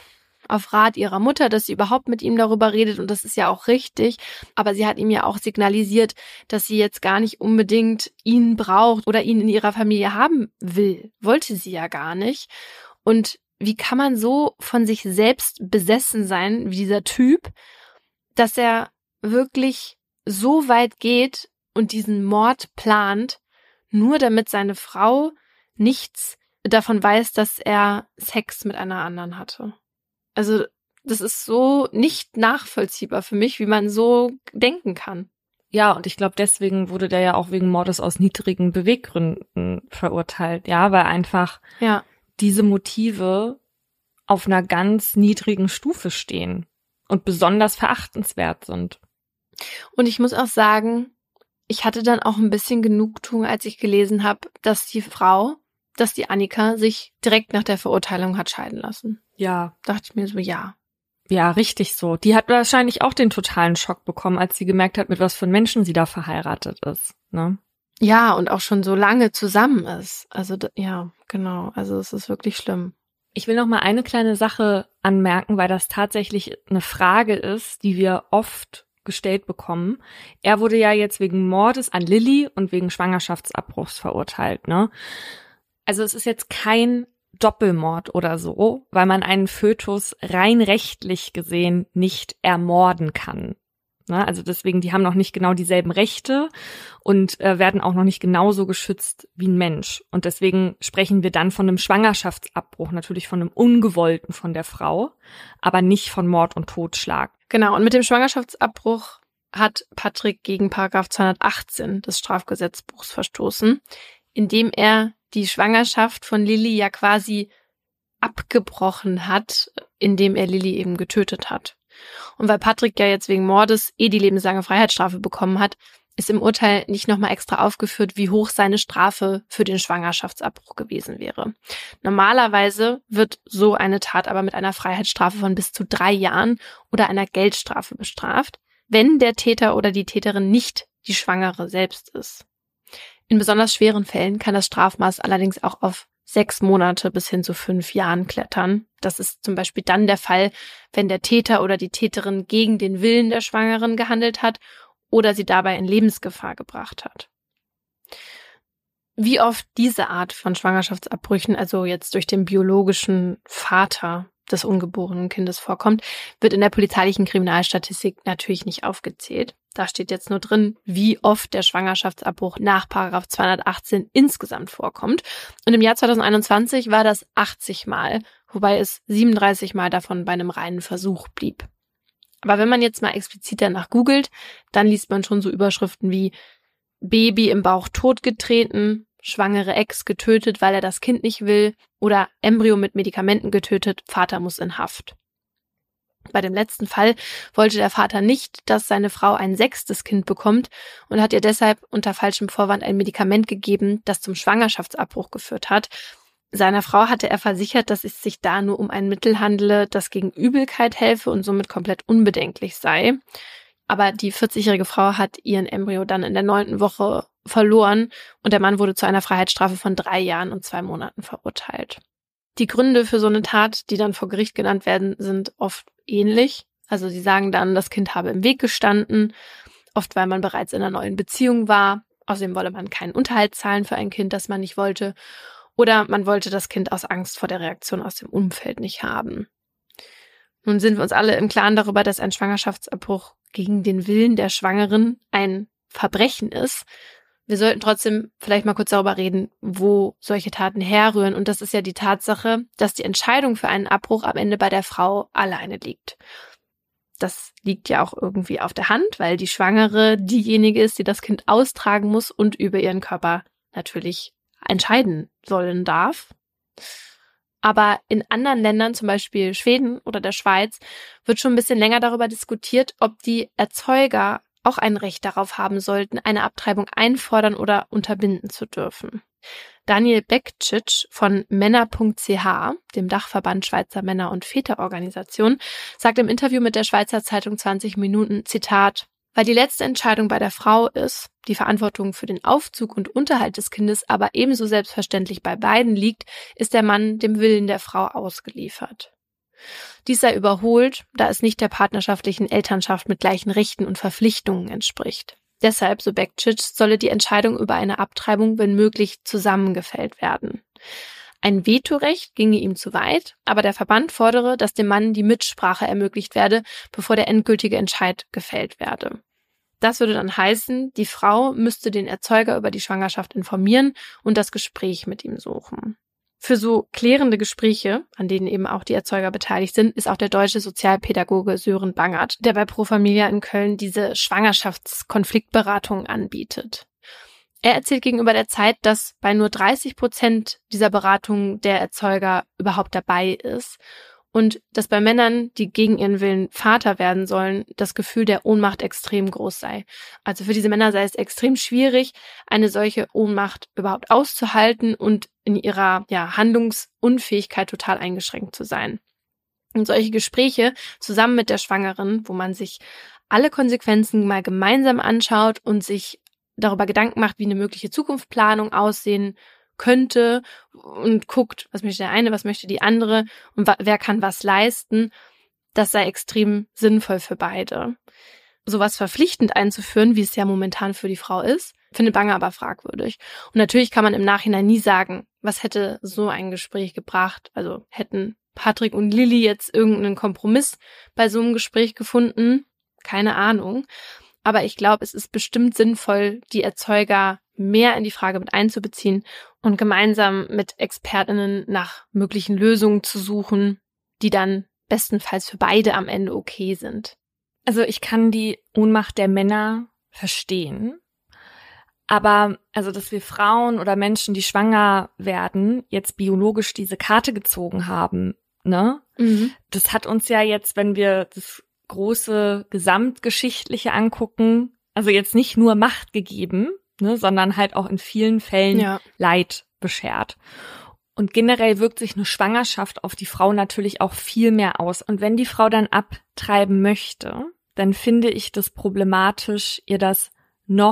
Rat ihrer Mutter, dass sie überhaupt mit ihm darüber redet, und das ist ja auch richtig, aber sie hat ihm ja auch signalisiert, dass sie jetzt gar nicht unbedingt ihn braucht oder ihn in ihrer Familie haben will. Wollte sie ja gar nicht. Und wie kann man so von sich selbst besessen sein, wie dieser Typ, dass er wirklich so weit geht und diesen Mord plant, nur damit seine Frau nichts davon weiß, dass er Sex mit einer anderen hatte. Also das ist so nicht nachvollziehbar für mich, wie man so denken kann. Ja, und ich glaube, deswegen wurde der ja auch wegen Mordes aus niedrigen Beweggründen verurteilt. Ja, weil einfach diese Motive auf einer ganz niedrigen Stufe stehen und besonders verachtenswert sind. Und ich muss auch sagen, ich hatte dann auch ein bisschen Genugtuung, als ich gelesen habe, dass die Annika sich direkt nach der Verurteilung hat scheiden lassen. Ja. Dachte ich mir so, ja. Ja, richtig so. Die hat wahrscheinlich auch den totalen Schock bekommen, als sie gemerkt hat, mit was für Menschen sie da verheiratet ist, ne? Ja, und auch schon so lange zusammen ist. Also, ja, genau. Also, es ist wirklich schlimm. Ich will noch mal eine kleine Sache anmerken, weil das tatsächlich eine Frage ist, die wir oft gestellt bekommen. Er wurde ja jetzt wegen Mordes an Lilly und wegen Schwangerschaftsabbruchs verurteilt, ne? Also es ist jetzt kein Doppelmord oder so, weil man einen Fötus rein rechtlich gesehen nicht ermorden kann. Ne? Also deswegen, die haben noch nicht genau dieselben Rechte und werden auch noch nicht genauso geschützt wie ein Mensch. Und deswegen sprechen wir dann von einem Schwangerschaftsabbruch, natürlich von einem Ungewollten von der Frau, aber nicht von Mord und Totschlag. Genau, und mit dem Schwangerschaftsabbruch hat Patrick gegen § 218 des Strafgesetzbuchs verstoßen, indem er die Schwangerschaft von Lilly ja quasi abgebrochen hat, indem er Lilly eben getötet hat. Und weil Patrick ja jetzt wegen Mordes die lebenslange Freiheitsstrafe bekommen hat, ist im Urteil nicht nochmal extra aufgeführt, wie hoch seine Strafe für den Schwangerschaftsabbruch gewesen wäre. Normalerweise wird so eine Tat aber mit einer Freiheitsstrafe von bis zu 3 Jahren oder einer Geldstrafe bestraft, wenn der Täter oder die Täterin nicht die Schwangere selbst ist. In besonders schweren Fällen kann das Strafmaß allerdings auch auf 6 Monate bis hin zu 5 Jahren klettern. Das ist zum Beispiel dann der Fall, wenn der Täter oder die Täterin gegen den Willen der Schwangeren gehandelt hat oder sie dabei in Lebensgefahr gebracht hat. Wie oft diese Art von Schwangerschaftsabbrüchen, also jetzt durch den biologischen Vater des ungeborenen Kindes vorkommt, wird in der polizeilichen Kriminalstatistik natürlich nicht aufgezählt. Da steht jetzt nur drin, wie oft der Schwangerschaftsabbruch nach § 218 insgesamt vorkommt. Und im Jahr 2021 war das 80 Mal, wobei es 37 Mal davon bei einem reinen Versuch blieb. Aber wenn man jetzt mal explizit danach googelt, dann liest man schon so Überschriften wie Baby im Bauch totgetreten, schwangere Ex getötet, weil er das Kind nicht will, oder Embryo mit Medikamenten getötet, Vater muss in Haft. Bei dem letzten Fall wollte der Vater nicht, dass seine Frau ein 6. Kind bekommt und hat ihr deshalb unter falschem Vorwand ein Medikament gegeben, das zum Schwangerschaftsabbruch geführt hat. Seiner Frau hatte er versichert, dass es sich da nur um ein Mittel handele, das gegen Übelkeit helfe und somit komplett unbedenklich sei. Aber die 40-jährige Frau hat ihren Embryo dann in der 9. Woche verloren und der Mann wurde zu einer Freiheitsstrafe von 3 Jahren und 2 Monaten verurteilt. Die Gründe für so eine Tat, die dann vor Gericht genannt werden, sind oft ähnlich. Also sie sagen dann, das Kind habe im Weg gestanden, oft weil man bereits in einer neuen Beziehung war. Außerdem wolle man keinen Unterhalt zahlen für ein Kind, das man nicht wollte. Oder man wollte das Kind aus Angst vor der Reaktion aus dem Umfeld nicht haben. Nun sind wir uns alle im Klaren darüber, dass ein Schwangerschaftsabbruch gegen den Willen der Schwangeren ein Verbrechen ist. Wir sollten trotzdem vielleicht mal kurz darüber reden, wo solche Taten herrühren. Und das ist ja die Tatsache, dass die Entscheidung für einen Abbruch am Ende bei der Frau alleine liegt. Das liegt ja auch irgendwie auf der Hand, weil die Schwangere diejenige ist, die das Kind austragen muss und über ihren Körper natürlich entscheiden sollen darf. Aber in anderen Ländern, zum Beispiel Schweden oder der Schweiz, wird schon ein bisschen länger darüber diskutiert, ob die Erzeuger auch ein Recht darauf haben sollten, eine Abtreibung einfordern oder unterbinden zu dürfen. Daniel Bekcic von Männer.ch, dem Dachverband Schweizer Männer- und Väterorganisation, sagt im Interview mit der Schweizer Zeitung 20 Minuten, Zitat, weil die letzte Entscheidung bei der Frau ist, die Verantwortung für den Aufzug und Unterhalt des Kindes aber ebenso selbstverständlich bei beiden liegt, ist der Mann dem Willen der Frau ausgeliefert. Dies sei überholt, da es nicht der partnerschaftlichen Elternschaft mit gleichen Rechten und Verpflichtungen entspricht. Deshalb, so Bekcic, solle die Entscheidung über eine Abtreibung, wenn möglich, zusammengefällt werden. Ein Vetorecht ginge ihm zu weit, aber der Verband fordere, dass dem Mann die Mitsprache ermöglicht werde, bevor der endgültige Entscheid gefällt werde. Das würde dann heißen, die Frau müsste den Erzeuger über die Schwangerschaft informieren und das Gespräch mit ihm suchen. Für so klärende Gespräche, an denen eben auch die Erzeuger beteiligt sind, ist auch der deutsche Sozialpädagoge Sören Bangert, der bei Pro Familia in Köln diese Schwangerschaftskonfliktberatung anbietet. Er erzählt gegenüber der Zeit, dass bei nur 30% dieser Beratungen der Erzeuger überhaupt dabei ist und dass bei Männern, die gegen ihren Willen Vater werden sollen, das Gefühl der Ohnmacht extrem groß sei. Also für diese Männer sei es extrem schwierig, eine solche Ohnmacht überhaupt auszuhalten und in ihrer Handlungsunfähigkeit total eingeschränkt zu sein. Und solche Gespräche zusammen mit der Schwangeren, wo man sich alle Konsequenzen mal gemeinsam anschaut und sich darüber Gedanken macht, wie eine mögliche Zukunftsplanung aussehen könnte und guckt, was möchte der eine, was möchte die andere und wer kann was leisten, das sei extrem sinnvoll für beide. Sowas verpflichtend einzuführen, wie es ja momentan für die Frau ist, findet Banger aber fragwürdig. Und natürlich kann man im Nachhinein nie sagen, was hätte so ein Gespräch gebracht. Also hätten Patrick und Lilly jetzt irgendeinen Kompromiss bei so einem Gespräch gefunden? Keine Ahnung. Aber ich glaube, es ist bestimmt sinnvoll, die Erzeuger mehr in die Frage mit einzubeziehen und gemeinsam mit ExpertInnen nach möglichen Lösungen zu suchen, die dann bestenfalls für beide am Ende okay sind. Also ich kann die Ohnmacht der Männer verstehen, aber also dass wir Frauen oder Menschen, die schwanger werden, jetzt biologisch diese Karte gezogen haben, ne? Mhm. Das hat uns ja jetzt, wenn wir das große Gesamtgeschichtliche angucken, also jetzt nicht nur Macht gegeben, ne, sondern halt auch in vielen Fällen Leid beschert. Und generell wirkt sich eine Schwangerschaft auf die Frau natürlich auch viel mehr aus. Und wenn die Frau dann abtreiben möchte, dann finde ich das problematisch, ihr das noch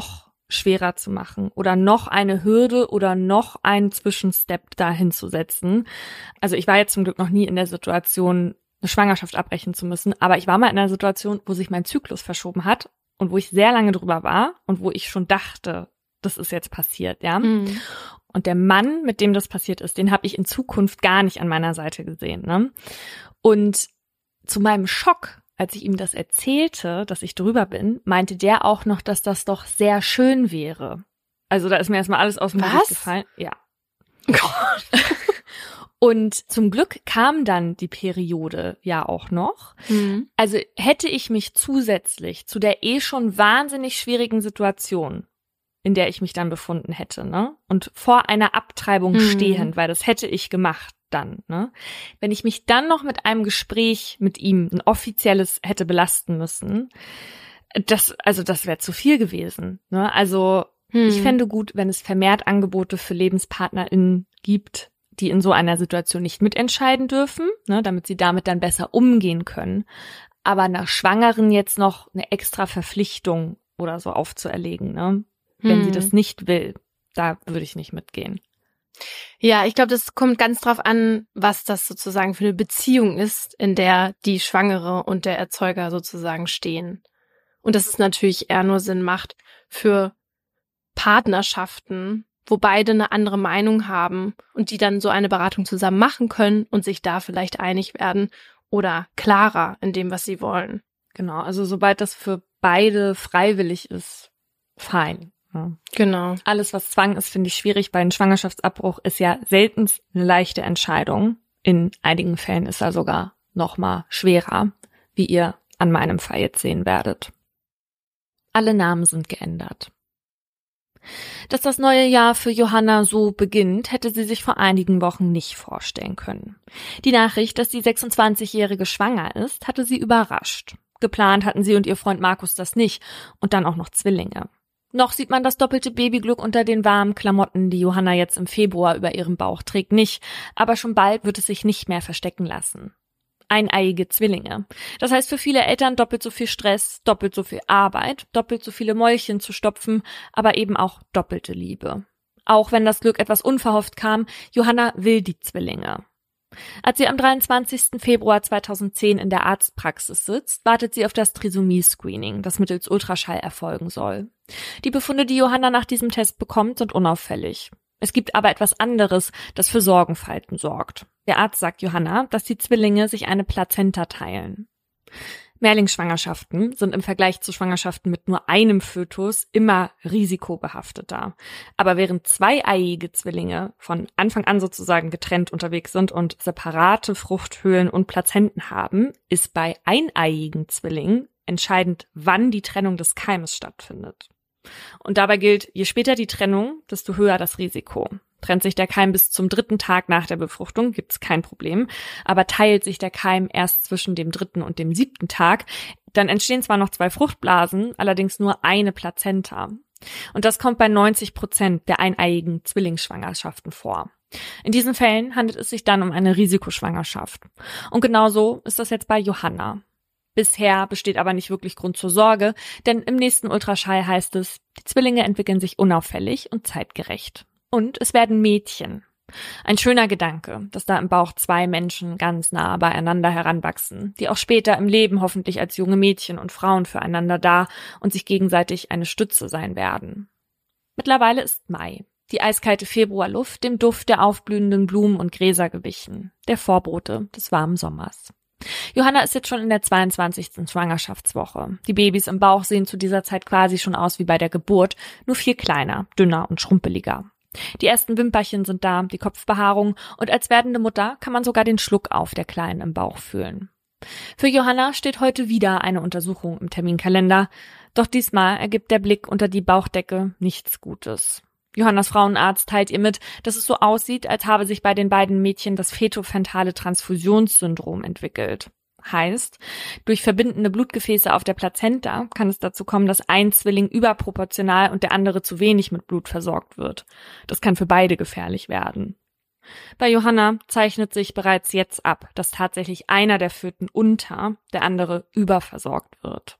schwerer zu machen oder noch eine Hürde oder noch einen Zwischenstep dahin zu setzen. Also ich war jetzt zum Glück noch nie in der Situation, eine Schwangerschaft abbrechen zu müssen, aber ich war mal in einer Situation, wo sich mein Zyklus verschoben hat und wo ich sehr lange drüber war und wo ich schon dachte, das ist jetzt passiert, ja. Mhm. Und der Mann, mit dem das passiert ist, den habe ich in Zukunft gar nicht an meiner Seite gesehen, ne? Und zu meinem Schock, als ich ihm das erzählte, dass ich drüber bin, meinte der auch noch, dass das doch sehr schön wäre. Also da ist mir erstmal alles aus dem Gesicht gefallen. Ja. Gott. Und zum Glück kam dann die Periode ja auch noch. Mhm. Also hätte ich mich zusätzlich zu der schon wahnsinnig schwierigen Situation, in der ich mich dann befunden hätte, ne? Und vor einer Abtreibung stehend, weil das hätte ich gemacht dann, ne? Wenn ich mich dann noch mit einem Gespräch mit ihm, ein offizielles, hätte belasten müssen, das wäre zu viel gewesen, ne? Also ich fände gut, wenn es vermehrt Angebote für LebenspartnerInnen gibt, die in so einer Situation nicht mitentscheiden dürfen, ne, damit sie damit dann besser umgehen können. Aber einer Schwangeren jetzt noch eine extra Verpflichtung oder so aufzuerlegen, ne, wenn sie das nicht will, da würde ich nicht mitgehen. Ja, ich glaube, das kommt ganz drauf an, was das sozusagen für eine Beziehung ist, in der die Schwangere und der Erzeuger sozusagen stehen. Und dass es natürlich eher nur Sinn macht für Partnerschaften, wo beide eine andere Meinung haben und die dann so eine Beratung zusammen machen können und sich da vielleicht einig werden oder klarer in dem, was sie wollen. Genau, also sobald das für beide freiwillig ist, fein. Ja. Genau. Alles, was Zwang ist, finde ich schwierig, weil ein Schwangerschaftsabbruch ist ja seltenst eine leichte Entscheidung. In einigen Fällen ist er sogar noch mal schwerer, wie ihr an meinem Fall jetzt sehen werdet. Alle Namen sind geändert. Dass das neue Jahr für Johanna so beginnt, hätte sie sich vor einigen Wochen nicht vorstellen können. Die Nachricht, dass die 26-Jährige schwanger ist, hatte sie überrascht. Geplant hatten sie und ihr Freund Markus das nicht und dann auch noch Zwillinge. Noch sieht man das doppelte Babyglück unter den warmen Klamotten, die Johanna jetzt im Februar über ihrem Bauch trägt, nicht, aber schon bald wird es sich nicht mehr verstecken lassen. Eineiige Zwillinge. Das heißt für viele Eltern doppelt so viel Stress, doppelt so viel Arbeit, doppelt so viele Mäulchen zu stopfen, aber eben auch doppelte Liebe. Auch wenn das Glück etwas unverhofft kam, Johanna will die Zwillinge. Als sie am 23. Februar 2010 in der Arztpraxis sitzt, wartet sie auf das Trisomie-Screening, das mittels Ultraschall erfolgen soll. Die Befunde, die Johanna nach diesem Test bekommt, sind unauffällig. Es gibt aber etwas anderes, das für Sorgenfalten sorgt. Der Arzt sagt Johanna, dass die Zwillinge sich eine Plazenta teilen. Mehrlingsschwangerschaften sind im Vergleich zu Schwangerschaften mit nur einem Fötus immer risikobehafteter. Aber während zweieiige Zwillinge von Anfang an sozusagen getrennt unterwegs sind und separate Fruchthöhlen und Plazenten haben, ist bei eineiigen Zwillingen entscheidend, wann die Trennung des Keimes stattfindet. Und dabei gilt, je später die Trennung, desto höher das Risiko. Trennt sich der Keim bis zum 3. Tag nach der Befruchtung, gibt's kein Problem. Aber teilt sich der Keim erst zwischen dem 3. und dem 7. Tag, dann entstehen zwar noch 2 Fruchtblasen, allerdings nur eine Plazenta. Und das kommt bei 90% der eineiigen Zwillingsschwangerschaften vor. In diesen Fällen handelt es sich dann um eine Risikoschwangerschaft. Und genauso ist das jetzt bei Johanna. Bisher besteht aber nicht wirklich Grund zur Sorge, denn im nächsten Ultraschall heißt es, die Zwillinge entwickeln sich unauffällig und zeitgerecht. Und es werden Mädchen. Ein schöner Gedanke, dass da im Bauch 2 Menschen ganz nah beieinander heranwachsen, die auch später im Leben hoffentlich als junge Mädchen und Frauen füreinander da und sich gegenseitig eine Stütze sein werden. Mittlerweile ist Mai. Die eiskalte Februarluft dem Duft der aufblühenden Blumen und Gräser gewichen, der Vorbote des warmen Sommers. Johanna ist jetzt schon in der 22. Schwangerschaftswoche. Die Babys im Bauch sehen zu dieser Zeit quasi schon aus wie bei der Geburt, nur viel kleiner, dünner und schrumpeliger. Die ersten Wimperchen sind da, die Kopfbehaarung und als werdende Mutter kann man sogar den Schluck auf der Kleinen im Bauch fühlen. Für Johanna steht heute wieder eine Untersuchung im Terminkalender, doch diesmal ergibt der Blick unter die Bauchdecke nichts Gutes. Johannas Frauenarzt teilt ihr mit, dass es so aussieht, als habe sich bei den beiden Mädchen das fetofetale Transfusionssyndrom entwickelt. Heißt, durch verbindende Blutgefäße auf der Plazenta kann es dazu kommen, dass ein Zwilling überproportional und der andere zu wenig mit Blut versorgt wird. Das kann für beide gefährlich werden. Bei Johanna zeichnet sich bereits jetzt ab, dass tatsächlich einer der Föten der andere überversorgt wird.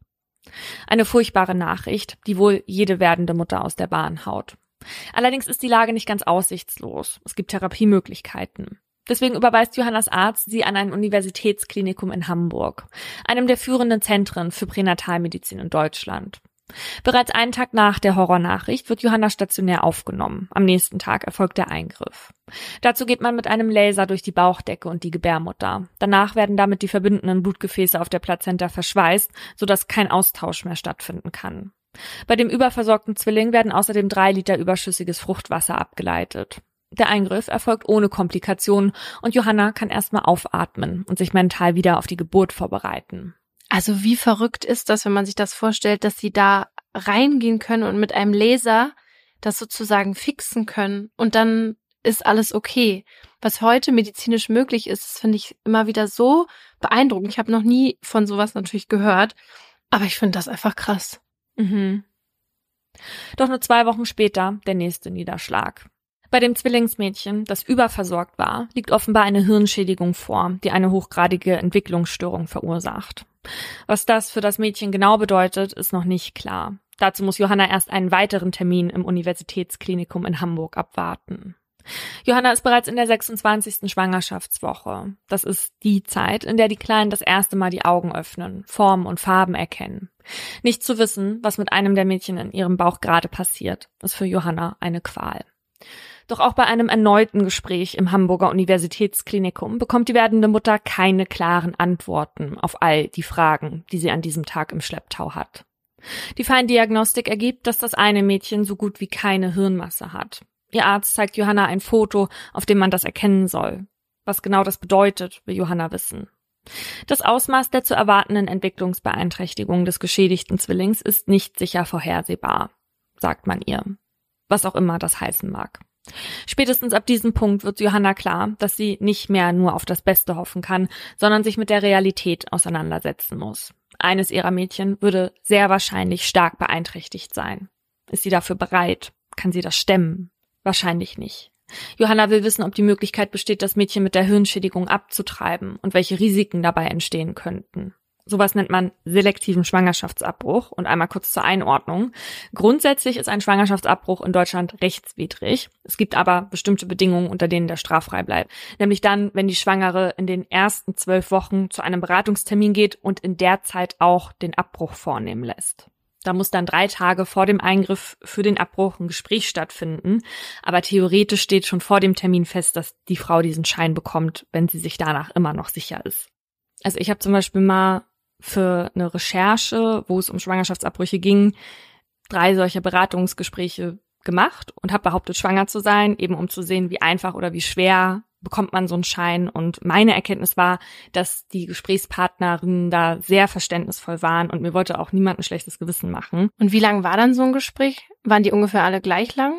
Eine furchtbare Nachricht, die wohl jede werdende Mutter aus der Bahn haut. Allerdings ist die Lage nicht ganz aussichtslos. Es gibt Therapiemöglichkeiten. Deswegen überweist Johannas Arzt sie an ein Universitätsklinikum in Hamburg, einem der führenden Zentren für Pränatalmedizin in Deutschland. Bereits einen Tag nach der Horrornachricht wird Johanna stationär aufgenommen. Am nächsten Tag erfolgt der Eingriff. Dazu geht man mit einem Laser durch die Bauchdecke und die Gebärmutter. Danach werden damit die verbundenen Blutgefäße auf der Plazenta verschweißt, sodass kein Austausch mehr stattfinden kann. Bei dem überversorgten Zwilling werden außerdem 3 Liter überschüssiges Fruchtwasser abgeleitet. Der Eingriff erfolgt ohne Komplikationen und Johanna kann erstmal aufatmen und sich mental wieder auf die Geburt vorbereiten. Also wie verrückt ist das, wenn man sich das vorstellt, dass sie da reingehen können und mit einem Laser das sozusagen fixen können und dann ist alles okay. Was heute medizinisch möglich ist, das finde ich immer wieder so beeindruckend. Ich habe noch nie von sowas natürlich gehört, aber ich finde das einfach krass. Mhm. Doch nur 2 Wochen später der nächste Niederschlag. Bei dem Zwillingsmädchen, das überversorgt war, liegt offenbar eine Hirnschädigung vor, die eine hochgradige Entwicklungsstörung verursacht. Was das für das Mädchen genau bedeutet, ist noch nicht klar. Dazu muss Johanna erst einen weiteren Termin im Universitätsklinikum in Hamburg abwarten. Johanna ist bereits in der 26. Schwangerschaftswoche. Das ist die Zeit, in der die Kleinen das erste Mal die Augen öffnen, Formen und Farben erkennen. Nicht zu wissen, was mit einem der Mädchen in ihrem Bauch gerade passiert, ist für Johanna eine Qual. Doch auch bei einem erneuten Gespräch im Hamburger Universitätsklinikum bekommt die werdende Mutter keine klaren Antworten auf all die Fragen, die sie an diesem Tag im Schlepptau hat. Die Feindiagnostik ergibt, dass das eine Mädchen so gut wie keine Hirnmasse hat. Ihr Arzt zeigt Johanna ein Foto, auf dem man das erkennen soll. Was genau das bedeutet, will Johanna wissen. Das Ausmaß der zu erwartenden Entwicklungsbeeinträchtigung des geschädigten Zwillings ist nicht sicher vorhersehbar, sagt man ihr. Was auch immer das heißen mag. Spätestens ab diesem Punkt wird Johanna klar, dass sie nicht mehr nur auf das Beste hoffen kann, sondern sich mit der Realität auseinandersetzen muss. Eines ihrer Mädchen würde sehr wahrscheinlich stark beeinträchtigt sein. Ist sie dafür bereit? Kann sie das stemmen? Wahrscheinlich nicht. Johanna will wissen, ob die Möglichkeit besteht, das Mädchen mit der Hirnschädigung abzutreiben und welche Risiken dabei entstehen könnten. Sowas nennt man selektiven Schwangerschaftsabbruch. Und einmal kurz zur Einordnung. Grundsätzlich ist ein Schwangerschaftsabbruch in Deutschland rechtswidrig. Es gibt aber bestimmte Bedingungen, unter denen der straffrei bleibt. Nämlich dann, wenn die Schwangere in den ersten 12 Wochen zu einem Beratungstermin geht und in der Zeit auch den Abbruch vornehmen lässt. Da muss dann 3 Tage vor dem Eingriff für den Abbruch ein Gespräch stattfinden. Aber theoretisch steht schon vor dem Termin fest, dass die Frau diesen Schein bekommt, wenn sie sich danach immer noch sicher ist. Also ich habe zum Beispiel mal für eine Recherche, wo es um Schwangerschaftsabbrüche ging, 3 solcher Beratungsgespräche gemacht und habe behauptet, schwanger zu sein, eben um zu sehen, wie einfach oder wie schwer bekommt man so einen Schein. Und meine Erkenntnis war, dass die Gesprächspartnerinnen da sehr verständnisvoll waren und mir wollte auch niemand ein schlechtes Gewissen machen. Und wie lang war dann so ein Gespräch? Waren die ungefähr alle gleich lang?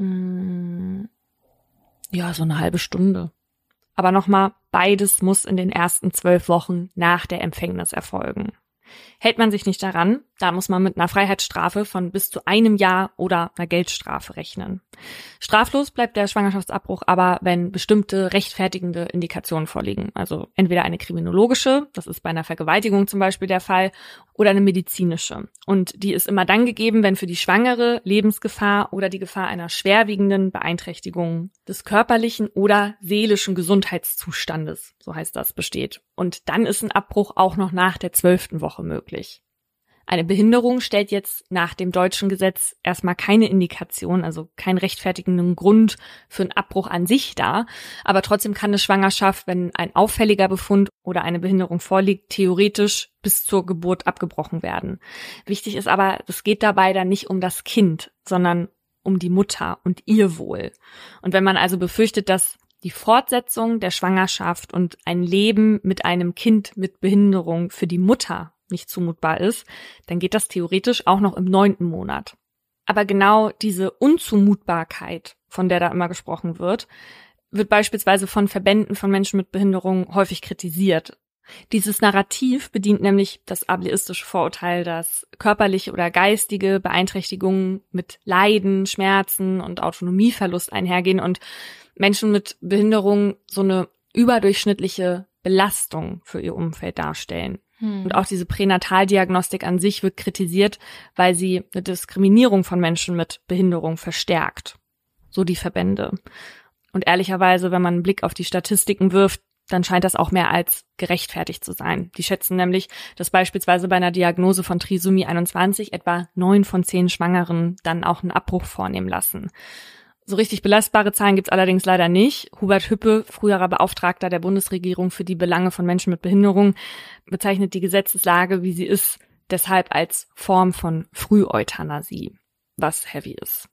Ja, so eine halbe Stunde. Aber nochmal, beides muss in den ersten 12 Wochen nach der Empfängnis erfolgen. Hält man sich nicht daran, da muss man mit einer Freiheitsstrafe von bis zu 1 Jahr oder einer Geldstrafe rechnen. Straflos bleibt der Schwangerschaftsabbruch aber, wenn bestimmte rechtfertigende Indikationen vorliegen. Also entweder eine kriminologische, das ist bei einer Vergewaltigung zum Beispiel der Fall, oder eine medizinische. Und die ist immer dann gegeben, wenn für die Schwangere Lebensgefahr oder die Gefahr einer schwerwiegenden Beeinträchtigung des körperlichen oder seelischen Gesundheitszustandes, so heißt das, besteht. Und dann ist ein Abbruch auch noch nach der 12. Woche möglich. Eine Behinderung stellt jetzt nach dem deutschen Gesetz erstmal keine Indikation, also keinen rechtfertigenden Grund für einen Abbruch an sich dar. Aber trotzdem kann eine Schwangerschaft, wenn ein auffälliger Befund oder eine Behinderung vorliegt, theoretisch bis zur Geburt abgebrochen werden. Wichtig ist aber, es geht dabei dann nicht um das Kind, sondern um die Mutter und ihr Wohl. Und wenn man also befürchtet, dass die Fortsetzung der Schwangerschaft und ein Leben mit einem Kind mit Behinderung für die Mutter nicht zumutbar ist, dann geht das theoretisch auch noch im 9. Monat. Aber genau diese Unzumutbarkeit, von der da immer gesprochen wird beispielsweise von Verbänden von Menschen mit Behinderung häufig kritisiert. Dieses Narrativ bedient nämlich das ableistische Vorurteil, dass körperliche oder geistige Beeinträchtigungen mit Leiden, Schmerzen und Autonomieverlust einhergehen und Menschen mit Behinderung so eine überdurchschnittliche Belastung für ihr Umfeld darstellen. Und auch diese Pränataldiagnostik an sich wird kritisiert, weil sie eine Diskriminierung von Menschen mit Behinderung verstärkt. So die Verbände. Und ehrlicherweise, wenn man einen Blick auf die Statistiken wirft, dann scheint das auch mehr als gerechtfertigt zu sein. Die schätzen nämlich, dass beispielsweise bei einer Diagnose von Trisomie 21 etwa 9 von 10 Schwangeren dann auch einen Abbruch vornehmen lassen. So richtig belastbare Zahlen gibt's allerdings leider nicht. Hubert Hüppe, früherer Beauftragter der Bundesregierung für die Belange von Menschen mit Behinderung, bezeichnet die Gesetzeslage, wie sie ist, deshalb als Form von Früheuthanasie, was heavy ist.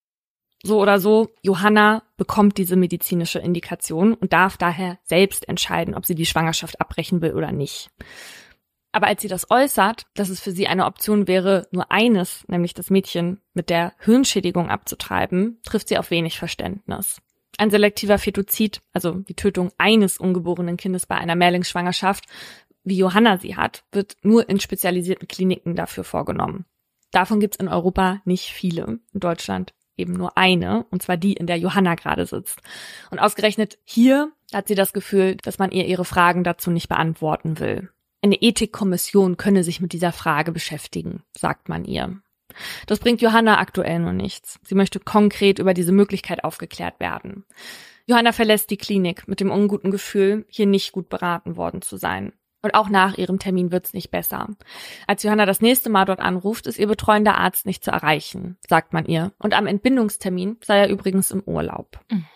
So oder so, Johanna bekommt diese medizinische Indikation und darf daher selbst entscheiden, ob sie die Schwangerschaft abbrechen will oder nicht. Aber als sie das äußert, dass es für sie eine Option wäre, nur eines, nämlich das Mädchen mit der Hirnschädigung abzutreiben, trifft sie auf wenig Verständnis. Ein selektiver Fetozid, also die Tötung eines ungeborenen Kindes bei einer Mehrlingsschwangerschaft, wie Johanna sie hat, wird nur in spezialisierten Kliniken dafür vorgenommen. Davon gibt's in Europa nicht viele, in Deutschland eben nur eine, und zwar die, in der Johanna gerade sitzt. Und ausgerechnet hier hat sie das Gefühl, dass man ihr ihre Fragen dazu nicht beantworten will. Eine Ethikkommission könne sich mit dieser Frage beschäftigen, sagt man ihr. Das bringt Johanna aktuell nur nichts. Sie möchte konkret über diese Möglichkeit aufgeklärt werden. Johanna verlässt die Klinik mit dem unguten Gefühl, hier nicht gut beraten worden zu sein. Und auch nach ihrem Termin wird's nicht besser. Als Johanna das nächste Mal dort anruft, ist ihr betreuender Arzt nicht zu erreichen, sagt man ihr. Und am Entbindungstermin sei er übrigens im Urlaub.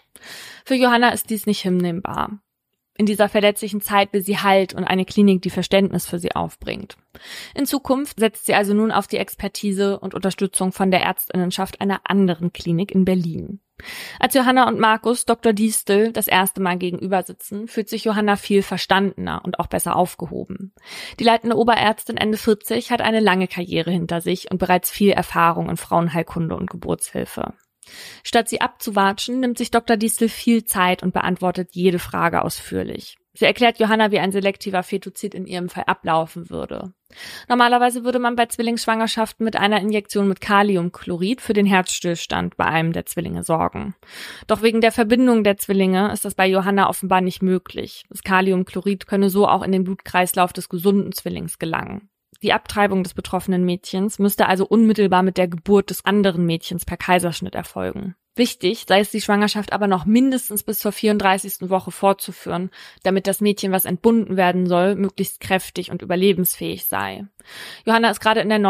Für Johanna ist dies nicht hinnehmbar. In dieser verletzlichen Zeit will sie Halt und eine Klinik, die Verständnis für sie aufbringt. In Zukunft setzt sie also nun auf die Expertise und Unterstützung von der Ärztinnenschaft einer anderen Klinik in Berlin. Als Johanna und Markus Dr. Diestel das erste Mal gegenüber sitzen, fühlt sich Johanna viel verstandener und auch besser aufgehoben. Die leitende Oberärztin Ende 40 hat eine lange Karriere hinter sich und bereits viel Erfahrung in Frauenheilkunde und Geburtshilfe. Statt sie abzuwatschen, nimmt sich Dr. Diestel viel Zeit und beantwortet jede Frage ausführlich. Sie erklärt Johanna, wie ein selektiver Fetozid in ihrem Fall ablaufen würde. Normalerweise würde man bei Zwillingsschwangerschaften mit einer Injektion mit Kaliumchlorid für den Herzstillstand bei einem der Zwillinge sorgen. Doch wegen der Verbindung der Zwillinge ist das bei Johanna offenbar nicht möglich. Das Kaliumchlorid könne so auch in den Blutkreislauf des gesunden Zwillings gelangen. Die Abtreibung des betroffenen Mädchens müsste also unmittelbar mit der Geburt des anderen Mädchens per Kaiserschnitt erfolgen. Wichtig sei es, die Schwangerschaft aber noch mindestens bis zur 34. Woche fortzuführen, damit das Mädchen, was entbunden werden soll, möglichst kräftig und überlebensfähig sei. Johanna ist gerade in der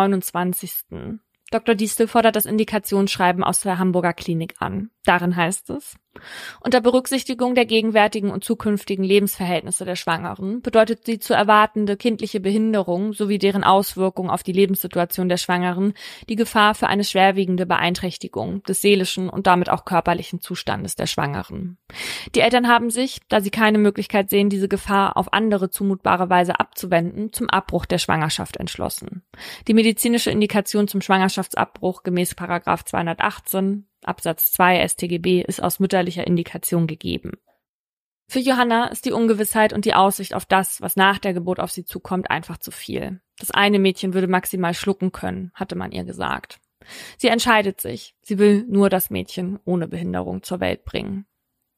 29. Dr. Diestel fordert das Indikationsschreiben aus der Hamburger Klinik an. Darin heißt es: Unter Berücksichtigung der gegenwärtigen und zukünftigen Lebensverhältnisse der Schwangeren bedeutet die zu erwartende kindliche Behinderung sowie deren Auswirkungen auf die Lebenssituation der Schwangeren die Gefahr für eine schwerwiegende Beeinträchtigung des seelischen und damit auch körperlichen Zustandes der Schwangeren. Die Eltern haben sich, da sie keine Möglichkeit sehen, diese Gefahr auf andere zumutbare Weise abzuwenden, zum Abbruch der Schwangerschaft entschlossen. Die medizinische Indikation zum Schwangerschaftsabbruch gemäß § 218 Absatz 2 StGB ist aus mütterlicher Indikation gegeben. Für Johanna ist die Ungewissheit und die Aussicht auf das, was nach der Geburt auf sie zukommt, einfach zu viel. Das eine Mädchen würde maximal schlucken können, hatte man ihr gesagt. Sie entscheidet sich. Sie will nur das Mädchen ohne Behinderung zur Welt bringen.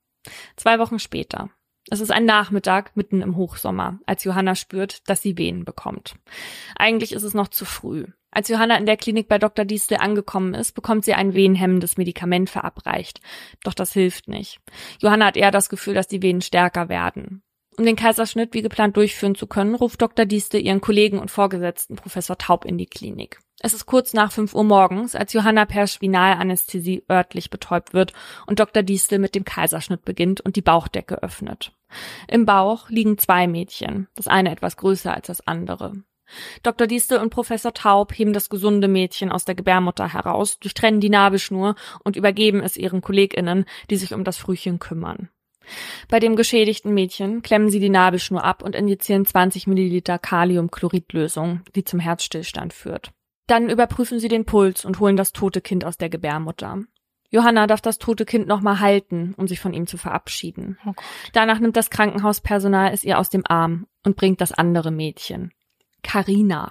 2 Wochen später. Es ist ein Nachmittag mitten im Hochsommer, als Johanna spürt, dass sie Wehen bekommt. Eigentlich ist es noch zu früh. Als Johanna in der Klinik bei Dr. Diestel angekommen ist, bekommt sie ein wehenhemmendes Medikament verabreicht. Doch das hilft nicht. Johanna hat eher das Gefühl, dass die Venen stärker werden. Um den Kaiserschnitt wie geplant durchführen zu können, ruft Dr. Diestel ihren Kollegen und Vorgesetzten Professor Taub in die Klinik. Es ist kurz nach 5 Uhr morgens, als Johanna per Spinalanästhesie örtlich betäubt wird und Dr. Diestel mit dem Kaiserschnitt beginnt und die Bauchdecke öffnet. Im Bauch liegen 2 Mädchen, das eine etwas größer als das andere. Dr. Diestel und Professor Taub heben das gesunde Mädchen aus der Gebärmutter heraus, durchtrennen die Nabelschnur und übergeben es ihren KollegInnen, die sich um das Frühchen kümmern. Bei dem geschädigten Mädchen klemmen sie die Nabelschnur ab und injizieren 20 Milliliter Kaliumchloridlösung, die zum Herzstillstand führt. Dann überprüfen sie den Puls und holen das tote Kind aus der Gebärmutter. Johanna darf das tote Kind nochmal halten, um sich von ihm zu verabschieden. Oh Gott. Danach nimmt das Krankenhauspersonal es ihr aus dem Arm und bringt das andere Mädchen. Carina.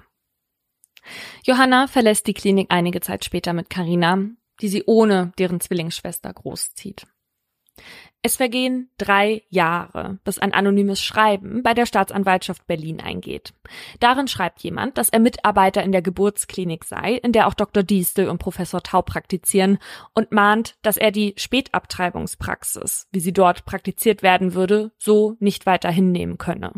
Johanna verlässt die Klinik einige Zeit später mit Carina, die sie ohne deren Zwillingsschwester großzieht. Es vergehen 3 Jahre, bis ein anonymes Schreiben bei der Staatsanwaltschaft Berlin eingeht. Darin schreibt jemand, dass er Mitarbeiter in der Geburtsklinik sei, in der auch Dr. Diestel und Professor Taub praktizieren, und mahnt, dass er die Spätabtreibungspraxis, wie sie dort praktiziert werden würde, so nicht weiter hinnehmen könne.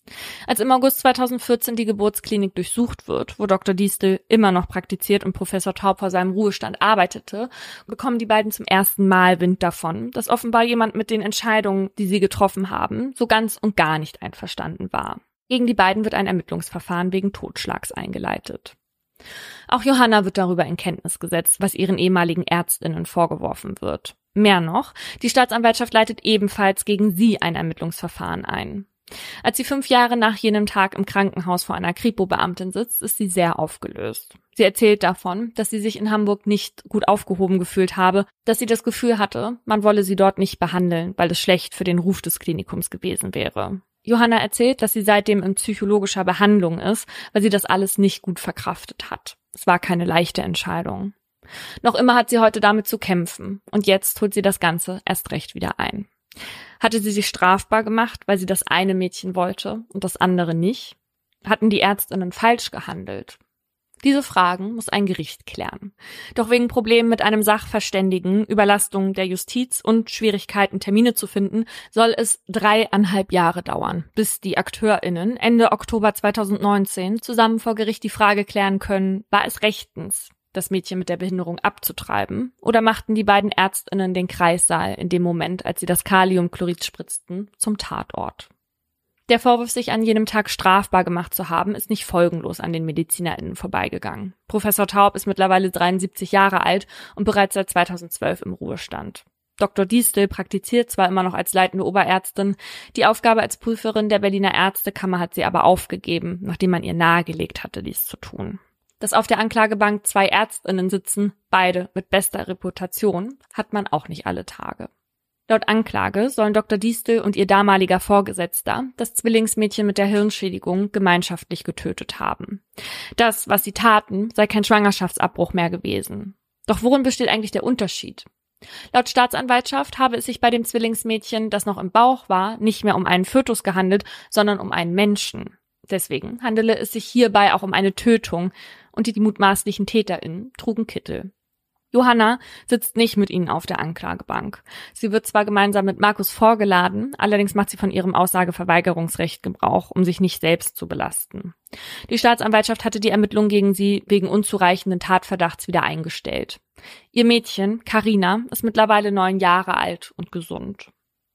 Als im August 2014 die Geburtsklinik durchsucht wird, wo Dr. Diestel immer noch praktiziert und Professor Taub vor seinem Ruhestand arbeitete, bekommen die beiden zum ersten Mal Wind davon, dass offenbar jemand mit den Entscheidungen, die sie getroffen haben, so ganz und gar nicht einverstanden war. Gegen die beiden wird ein Ermittlungsverfahren wegen Totschlags eingeleitet. Auch Johanna wird darüber in Kenntnis gesetzt, was ihren ehemaligen ÄrztInnen vorgeworfen wird. Mehr noch, die Staatsanwaltschaft leitet ebenfalls gegen sie ein Ermittlungsverfahren ein. Als sie 5 Jahre nach jenem Tag im Krankenhaus vor einer Kripo-Beamtin sitzt, ist sie sehr aufgelöst. Sie erzählt davon, dass sie sich in Hamburg nicht gut aufgehoben gefühlt habe, dass sie das Gefühl hatte, man wolle sie dort nicht behandeln, weil es schlecht für den Ruf des Klinikums gewesen wäre. Johanna erzählt, dass sie seitdem in psychologischer Behandlung ist, weil sie das alles nicht gut verkraftet hat. Es war keine leichte Entscheidung. Noch immer hat sie heute damit zu kämpfen, und jetzt holt sie das Ganze erst recht wieder ein. Hatte sie sich strafbar gemacht, weil sie das eine Mädchen wollte und das andere nicht? Hatten die ÄrztInnen falsch gehandelt? Diese Fragen muss ein Gericht klären. Doch wegen Problemen mit einem Sachverständigen, Überlastung der Justiz und Schwierigkeiten, Termine zu finden, soll es 3,5 Jahre dauern, bis die AkteurInnen Ende Oktober 2019 zusammen vor Gericht die Frage klären können, war es rechtens, das Mädchen mit der Behinderung abzutreiben, oder machten die beiden ÄrztInnen den Kreissaal in dem Moment, als sie das Kaliumchlorid spritzten, zum Tatort. Der Vorwurf, sich an jenem Tag strafbar gemacht zu haben, ist nicht folgenlos an den MedizinerInnen vorbeigegangen. Professor Taub ist mittlerweile 73 Jahre alt und bereits seit 2012 im Ruhestand. Dr. Diestel praktiziert zwar immer noch als leitende Oberärztin, die Aufgabe als Prüferin der Berliner Ärztekammer hat sie aber aufgegeben, nachdem man ihr nahegelegt hatte, dies zu tun. Dass auf der Anklagebank 2 ÄrztInnen sitzen, beide mit bester Reputation, hat man auch nicht alle Tage. Laut Anklage sollen Dr. Diestel und ihr damaliger Vorgesetzter das Zwillingsmädchen mit der Hirnschädigung gemeinschaftlich getötet haben. Das, was sie taten, sei kein Schwangerschaftsabbruch mehr gewesen. Doch worin besteht eigentlich der Unterschied? Laut Staatsanwaltschaft habe es sich bei dem Zwillingsmädchen, das noch im Bauch war, nicht mehr um einen Fötus gehandelt, sondern um einen Menschen. Deswegen handele es sich hierbei auch um eine Tötung, und die mutmaßlichen TäterInnen trugen Kittel. Johanna sitzt nicht mit ihnen auf der Anklagebank. Sie wird zwar gemeinsam mit Markus vorgeladen, allerdings macht sie von ihrem Aussageverweigerungsrecht Gebrauch, um sich nicht selbst zu belasten. Die Staatsanwaltschaft hatte die Ermittlungen gegen sie wegen unzureichenden Tatverdachts wieder eingestellt. Ihr Mädchen, Carina, ist mittlerweile 9 Jahre alt und gesund.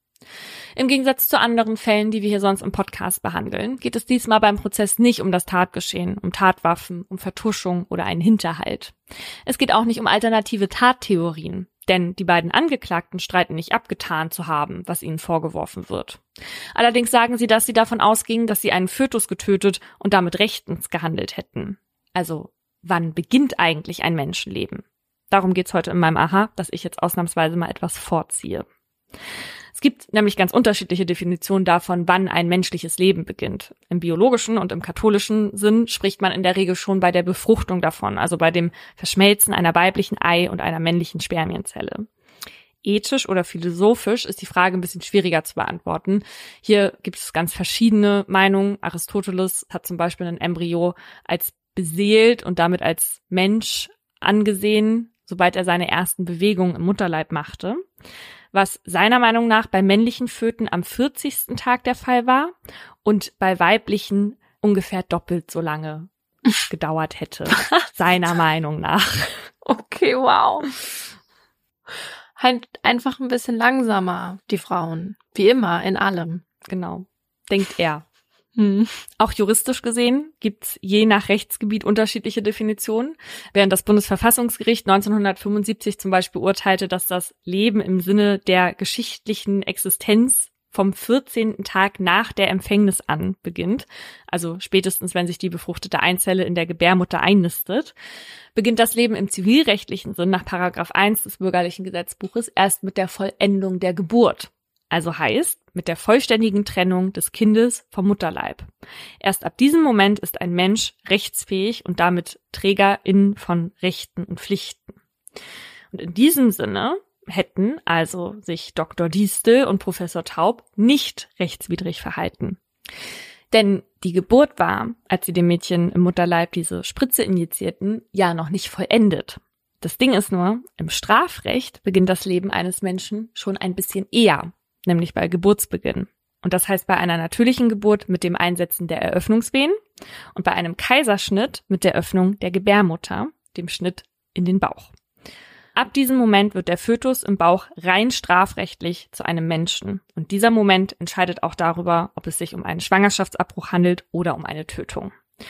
Im Gegensatz zu anderen Fällen, die wir hier sonst im Podcast behandeln, geht es diesmal beim Prozess nicht um das Tatgeschehen, um Tatwaffen, um Vertuschung oder einen Hinterhalt. Es geht auch nicht um alternative Tattheorien, denn die beiden Angeklagten streiten nicht abgetan zu haben, was ihnen vorgeworfen wird. Allerdings sagen sie, dass sie davon ausgingen, dass sie einen Fötus getötet und damit rechtens gehandelt hätten. Also, wann beginnt eigentlich ein Menschenleben? Darum geht's heute in meinem Aha, dass ich jetzt ausnahmsweise mal etwas vorziehe. Es gibt nämlich ganz unterschiedliche Definitionen davon, wann ein menschliches Leben beginnt. Im biologischen und im katholischen Sinn spricht man in der Regel schon bei der Befruchtung davon, also bei dem Verschmelzen einer weiblichen Ei- und einer männlichen Spermienzelle. Ethisch oder philosophisch ist die Frage ein bisschen schwieriger zu beantworten. Hier gibt es ganz verschiedene Meinungen. Aristoteles hat zum Beispiel ein Embryo als beseelt und damit als Mensch angesehen, sobald er seine ersten Bewegungen im Mutterleib machte, was seiner Meinung nach bei männlichen Föten am 40. Tag der Fall war und bei weiblichen ungefähr doppelt so lange gedauert hätte, seiner Meinung nach. Okay, wow. Halt einfach ein bisschen langsamer, die Frauen. Wie immer, in allem. Genau, denkt er. Auch juristisch gesehen gibt's je nach Rechtsgebiet unterschiedliche Definitionen. Während das Bundesverfassungsgericht 1975 zum Beispiel urteilte, dass das Leben im Sinne der geschichtlichen Existenz vom 14. Tag nach der Empfängnis an beginnt, also spätestens, wenn sich die befruchtete Eizelle in der Gebärmutter einnistet, beginnt das Leben im zivilrechtlichen Sinn nach Paragraph 1 des Bürgerlichen Gesetzbuches erst mit der Vollendung der Geburt. Also heißt, mit der vollständigen Trennung des Kindes vom Mutterleib. Erst ab diesem Moment ist ein Mensch rechtsfähig und damit Trägerin von Rechten und Pflichten. Und in diesem Sinne hätten also sich Dr. Diestel und Professor Taub nicht rechtswidrig verhalten. Denn die Geburt war, als sie dem Mädchen im Mutterleib diese Spritze injizierten, ja noch nicht vollendet. Das Ding ist nur, im Strafrecht beginnt das Leben eines Menschen schon ein bisschen eher, nämlich bei Geburtsbeginn. Und das heißt bei einer natürlichen Geburt mit dem Einsetzen der Eröffnungsvenen und bei einem Kaiserschnitt mit der Öffnung der Gebärmutter, dem Schnitt in den Bauch. Ab diesem Moment wird der Fötus im Bauch rein strafrechtlich zu einem Menschen. Und dieser Moment entscheidet auch darüber, ob es sich um einen Schwangerschaftsabbruch handelt oder um eine Tötung.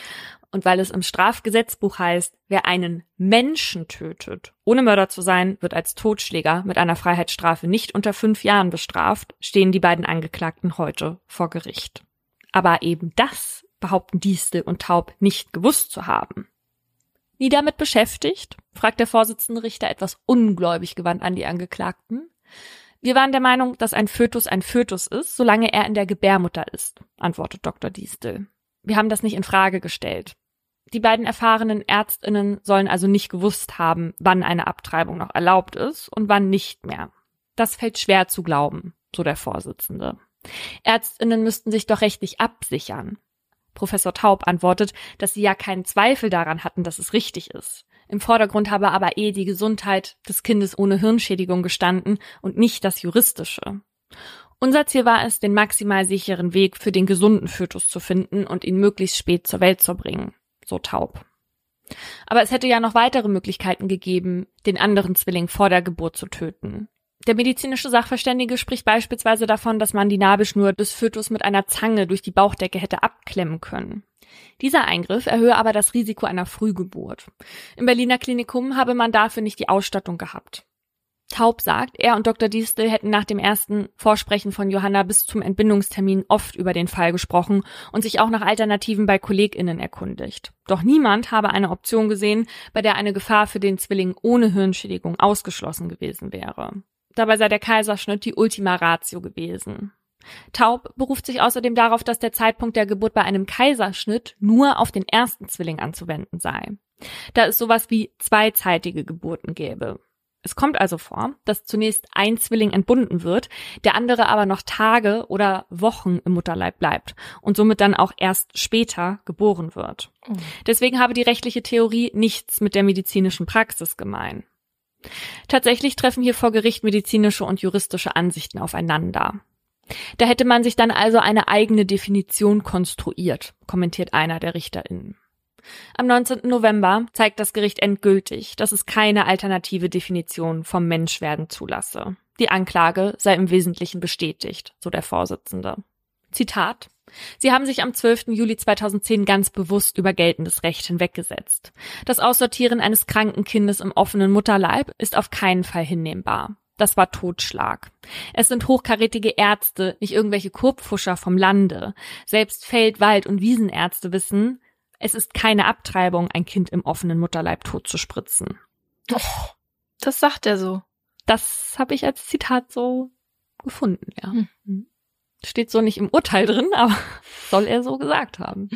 Und weil es im Strafgesetzbuch heißt, wer einen Menschen tötet, ohne Mörder zu sein, wird als Totschläger mit einer Freiheitsstrafe nicht unter 5 Jahren bestraft, stehen die beiden Angeklagten heute vor Gericht. Aber eben das behaupten Diestel und Taub nicht gewusst zu haben. Nie damit beschäftigt, fragt der Vorsitzende Richter etwas ungläubig gewandt an die Angeklagten. Wir waren der Meinung, dass ein Fötus ist, solange er in der Gebärmutter ist, antwortet Dr. Diestel. Wir haben das nicht in Frage gestellt. Die beiden erfahrenen ÄrztInnen sollen also nicht gewusst haben, wann eine Abtreibung noch erlaubt ist und wann nicht mehr. Das fällt schwer zu glauben, so der Vorsitzende. ÄrztInnen müssten sich doch rechtlich absichern. Professor Taub antwortet, dass sie ja keinen Zweifel daran hatten, dass es richtig ist. Im Vordergrund habe aber die Gesundheit des Kindes ohne Hirnschädigung gestanden und nicht das Juristische. Unser Ziel war es, den maximal sicheren Weg für den gesunden Fötus zu finden und ihn möglichst spät zur Welt zu bringen, so Taub. Aber es hätte ja noch weitere Möglichkeiten gegeben, den anderen Zwilling vor der Geburt zu töten. Der medizinische Sachverständige spricht beispielsweise davon, dass man die Nabelschnur des Fötus mit einer Zange durch die Bauchdecke hätte abklemmen können. Dieser Eingriff erhöhe aber das Risiko einer Frühgeburt. Im Berliner Klinikum habe man dafür nicht die Ausstattung gehabt. Taub sagt, er und Dr. Diestel hätten nach dem ersten Vorsprechen von Johanna bis zum Entbindungstermin oft über den Fall gesprochen und sich auch nach Alternativen bei KollegInnen erkundigt. Doch niemand habe eine Option gesehen, bei der eine Gefahr für den Zwilling ohne Hirnschädigung ausgeschlossen gewesen wäre. Dabei sei der Kaiserschnitt die Ultima Ratio gewesen. Taub beruft sich außerdem darauf, dass der Zeitpunkt der Geburt bei einem Kaiserschnitt nur auf den ersten Zwilling anzuwenden sei, da es sowas wie zweizeitige Geburten gäbe. Es kommt also vor, dass zunächst ein Zwilling entbunden wird, der andere aber noch Tage oder Wochen im Mutterleib bleibt und somit dann auch erst später geboren wird. Deswegen habe die rechtliche Theorie nichts mit der medizinischen Praxis gemein. Tatsächlich treffen hier vor Gericht medizinische und juristische Ansichten aufeinander. Da hätte man sich dann also eine eigene Definition konstruiert, kommentiert einer der RichterInnen. Am 19. November zeigt das Gericht endgültig, dass es keine alternative Definition vom Menschwerden zulasse. Die Anklage sei im Wesentlichen bestätigt, so der Vorsitzende. Zitat: Sie haben sich am 12. Juli 2010 ganz bewusst über geltendes Recht hinweggesetzt. Das Aussortieren eines kranken Kindes im offenen Mutterleib ist auf keinen Fall hinnehmbar. Das war Totschlag. Es sind hochkarätige Ärzte, nicht irgendwelche Kurpfuscher vom Lande. Selbst Feld-, Wald- und Wiesenärzte wissen, es ist keine Abtreibung, ein Kind im offenen Mutterleib totzuspritzen. Oh, das sagt er so. Das habe ich als Zitat so gefunden, ja. Steht so nicht im Urteil drin, aber soll er so gesagt haben.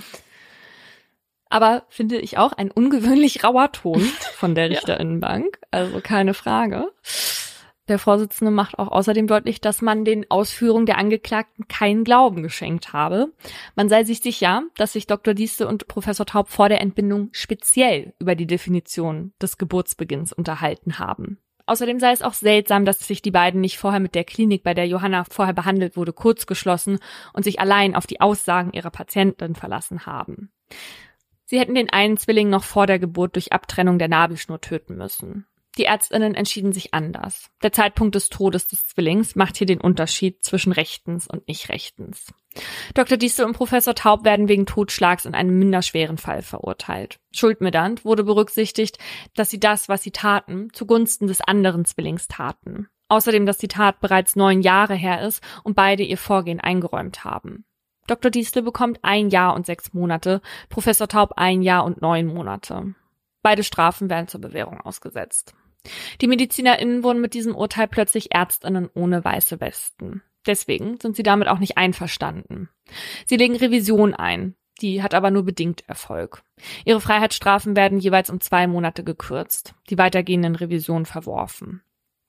Aber finde ich auch ein ungewöhnlich rauer Ton von der Richterinnenbank, also keine Frage. Der Vorsitzende macht auch außerdem deutlich, dass man den Ausführungen der Angeklagten keinen Glauben geschenkt habe. Man sei sich sicher, dass sich Dr. Diestel und Professor Taub vor der Entbindung speziell über die Definition des Geburtsbeginns unterhalten haben. Außerdem sei es auch seltsam, dass sich die beiden nicht vorher mit der Klinik, bei der Johanna vorher behandelt wurde, kurzgeschlossen und sich allein auf die Aussagen ihrer Patientin verlassen haben. Sie hätten den einen Zwilling noch vor der Geburt durch Abtrennung der Nabelschnur töten müssen. Die ÄrztInnen entschieden sich anders. Der Zeitpunkt des Todes des Zwillings macht hier den Unterschied zwischen rechtens und nicht rechtens. Dr. Diestel und Professor Taub werden wegen Totschlags in einem minderschweren Fall verurteilt. Schuldmildernd wurde berücksichtigt, dass sie das, was sie taten, zugunsten des anderen Zwillings taten. Außerdem, dass die Tat bereits 9 Jahre her ist und beide ihr Vorgehen eingeräumt haben. Dr. Diestel bekommt 1 Jahr und 6 Monate, Professor Taub 1 Jahr und 9 Monate. Beide Strafen werden zur Bewährung ausgesetzt. Die MedizinerInnen wurden mit diesem Urteil plötzlich ÄrztInnen ohne weiße Westen. Deswegen sind sie damit auch nicht einverstanden. Sie legen Revision ein. Die hat aber nur bedingt Erfolg. Ihre Freiheitsstrafen werden jeweils um 2 Monate gekürzt, die weitergehenden Revisionen verworfen.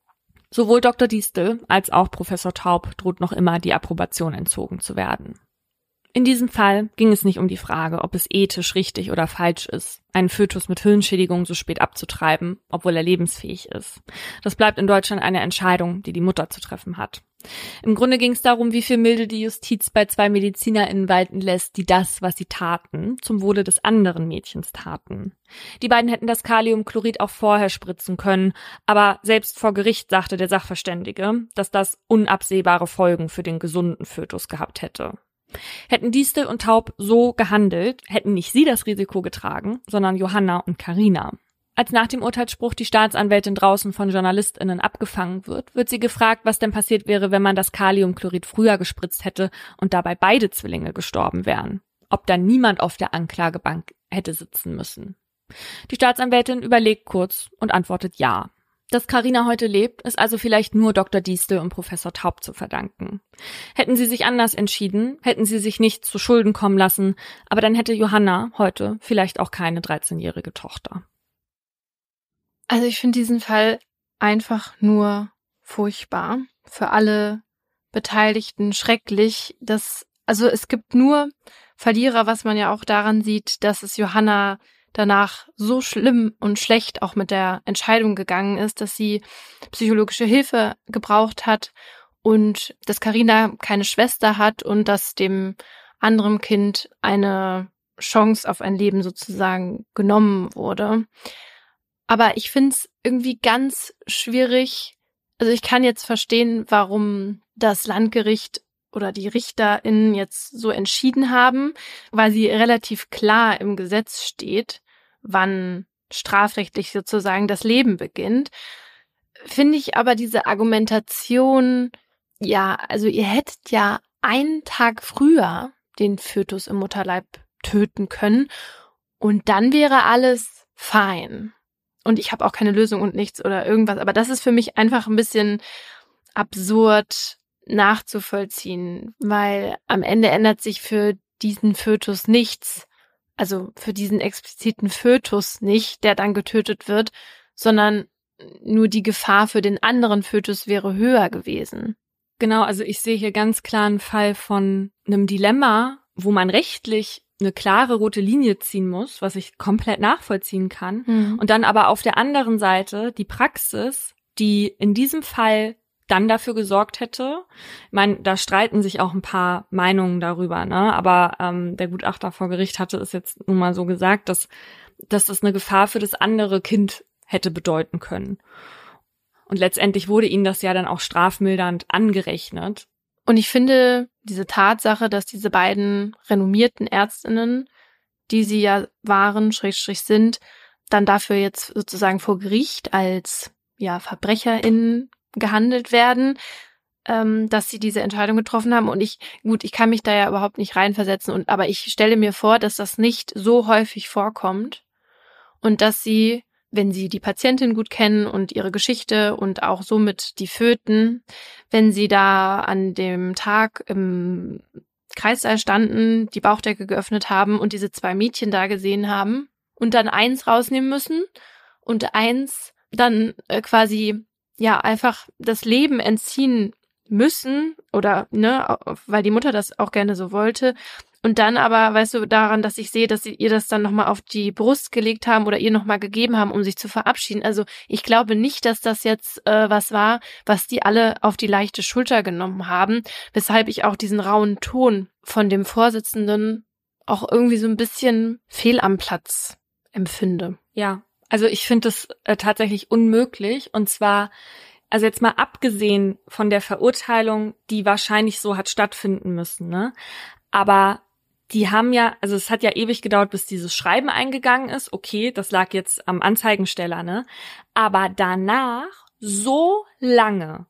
Sowohl Dr. Diestel als auch Professor Taub droht noch immer die Approbation entzogen zu werden. In diesem Fall ging es nicht um die Frage, ob es ethisch richtig oder falsch ist, einen Fötus mit Hirnschädigung so spät abzutreiben, obwohl er lebensfähig ist. Das bleibt in Deutschland eine Entscheidung, die die Mutter zu treffen hat. Im Grunde ging es darum, wie viel Milde die Justiz bei 2 MedizinerInnen walten lässt, die das, was sie taten, zum Wohle des anderen Mädchens taten. Die beiden hätten das Kaliumchlorid auch vorher spritzen können, aber selbst vor Gericht sagte der Sachverständige, dass das unabsehbare Folgen für den gesunden Fötus gehabt hätte. Hätten Diestel und Taub so gehandelt, hätten nicht sie das Risiko getragen, sondern Johanna und Carina. Als nach dem Urteilsspruch die Staatsanwältin draußen von JournalistInnen abgefangen wird sie gefragt, was denn passiert wäre, wenn man das Kaliumchlorid früher gespritzt hätte und dabei beide Zwillinge gestorben wären. Ob dann niemand auf der Anklagebank hätte sitzen müssen. Die Staatsanwältin überlegt kurz und antwortet ja. Dass Carina heute lebt, ist also vielleicht nur Dr. Diestel und Professor Taub zu verdanken. Hätten sie sich anders entschieden, hätten sie sich nicht zu Schulden kommen lassen, aber dann hätte Johanna heute vielleicht auch keine 13-jährige Tochter. Also ich finde diesen Fall einfach nur furchtbar. Für alle Beteiligten schrecklich. Also es gibt nur Verlierer, was man ja auch daran sieht, dass es Johanna danach so schlimm und schlecht auch mit der Entscheidung gegangen ist, dass sie psychologische Hilfe gebraucht hat und dass Carina keine Schwester hat und dass dem anderen Kind eine Chance auf ein Leben sozusagen genommen wurde. Aber ich finde es irgendwie ganz schwierig. Also ich kann jetzt verstehen, warum das Landgericht oder die RichterInnen jetzt so entschieden haben, weil sie relativ klar im Gesetz steht, wann strafrechtlich sozusagen das Leben beginnt. Finde ich aber diese Argumentation, ja, also ihr hättet ja einen Tag früher den Fötus im Mutterleib töten können und dann wäre alles fein. Und ich habe auch keine Lösung und nichts oder irgendwas, aber das ist für mich einfach ein bisschen absurd nachzuvollziehen, weil am Ende ändert sich für diesen Fötus nichts, also für diesen expliziten Fötus nicht, der dann getötet wird, sondern nur die Gefahr für den anderen Fötus wäre höher gewesen. Genau, also ich sehe hier ganz klar einen Fall von einem Dilemma, wo man rechtlich eine klare rote Linie ziehen muss, was ich komplett nachvollziehen kann. Und dann aber auf der anderen Seite die Praxis, die in diesem Fall dann dafür gesorgt hätte. Ich meine, da streiten sich auch ein paar Meinungen darüber, ne? Aber der Gutachter vor Gericht hatte es jetzt nun mal so gesagt, dass das eine Gefahr für das andere Kind hätte bedeuten können. Und letztendlich wurde ihnen das ja dann auch strafmildernd angerechnet. Und ich finde diese Tatsache, dass diese beiden renommierten Ärztinnen, die sie ja waren, / sind, dann dafür jetzt sozusagen vor Gericht als VerbrecherInnen gehandelt werden, dass sie diese Entscheidung getroffen haben. Und ich kann mich da ja überhaupt nicht reinversetzen, aber ich stelle mir vor, dass das nicht so häufig vorkommt und dass sie, wenn sie die Patientin gut kennen und ihre Geschichte und auch somit die Föten, wenn sie da an dem Tag im Kreissaal standen, die Bauchdecke geöffnet haben und diese 2 Mädchen da gesehen haben und dann eins rausnehmen müssen und eins dann quasi einfach das Leben entziehen müssen oder, ne, weil die Mutter das auch gerne so wollte. Und dann aber, weißt du, daran, dass ich sehe, dass sie ihr das dann nochmal auf die Brust gelegt haben oder ihr nochmal gegeben haben, um sich zu verabschieden. Also ich glaube nicht, dass das jetzt was war, was die alle auf die leichte Schulter genommen haben, weshalb ich auch diesen rauen Ton von dem Vorsitzenden auch irgendwie so ein bisschen fehl am Platz empfinde. Ja, also ich finde es tatsächlich unmöglich. Und zwar, also jetzt mal abgesehen von der Verurteilung, die wahrscheinlich so hat stattfinden müssen, ne? Aber die haben ja, also es hat ja ewig gedauert, bis dieses Schreiben eingegangen ist. Okay, das lag jetzt am Anzeigensteller, ne? Aber danach so lange,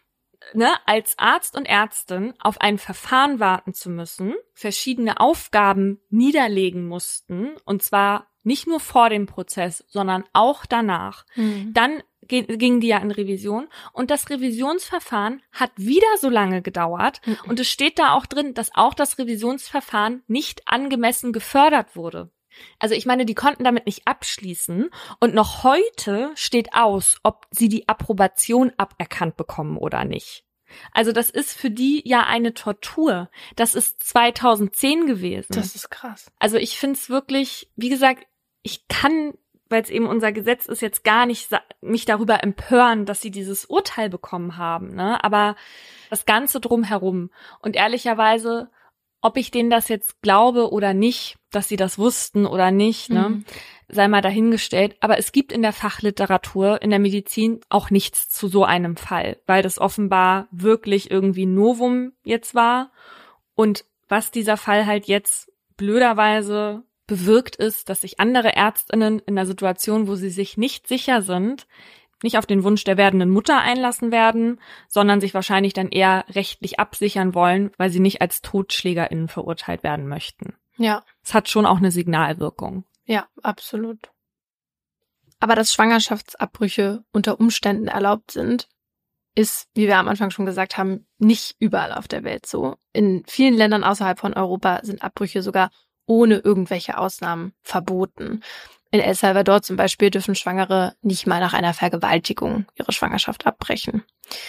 ne, als Arzt und Ärztin auf ein Verfahren warten zu müssen, verschiedene Aufgaben niederlegen mussten, und zwar nicht nur vor dem Prozess, sondern auch danach. Dann gingen die ja in Revision und das Revisionsverfahren hat wieder so lange gedauert und es steht da auch drin, dass auch das Revisionsverfahren nicht angemessen gefördert wurde. Also ich meine, die konnten damit nicht abschließen und noch heute steht aus, ob sie die Approbation aberkannt bekommen oder nicht. Also das ist für die ja eine Tortur. Das ist 2010 gewesen. Das ist krass. Also ich finde es wirklich, wie gesagt, ich kann, weil es eben unser Gesetz ist, jetzt gar nicht mich darüber empören, dass sie dieses Urteil bekommen haben, ne? Aber das Ganze drumherum und ehrlicherweise, ob ich denen das jetzt glaube oder nicht, dass sie das wussten oder nicht, ne, sei mal dahingestellt. Aber es gibt in der Fachliteratur, in der Medizin auch nichts zu so einem Fall, weil das offenbar wirklich irgendwie Novum jetzt war. Und was dieser Fall halt jetzt blöderweise bewirkt ist, dass sich andere ÄrztInnen in der Situation, wo sie sich nicht sicher sind, nicht auf den Wunsch der werdenden Mutter einlassen werden, sondern sich wahrscheinlich dann eher rechtlich absichern wollen, weil sie nicht als TotschlägerInnen verurteilt werden möchten. Ja. Es hat schon auch eine Signalwirkung. Ja, absolut. Aber dass Schwangerschaftsabbrüche unter Umständen erlaubt sind, ist, wie wir am Anfang schon gesagt haben, nicht überall auf der Welt so. In vielen Ländern außerhalb von Europa sind Abbrüche sogar ohne irgendwelche Ausnahmen verboten. In El Salvador zum Beispiel dürfen Schwangere nicht mal nach einer Vergewaltigung ihre Schwangerschaft abbrechen.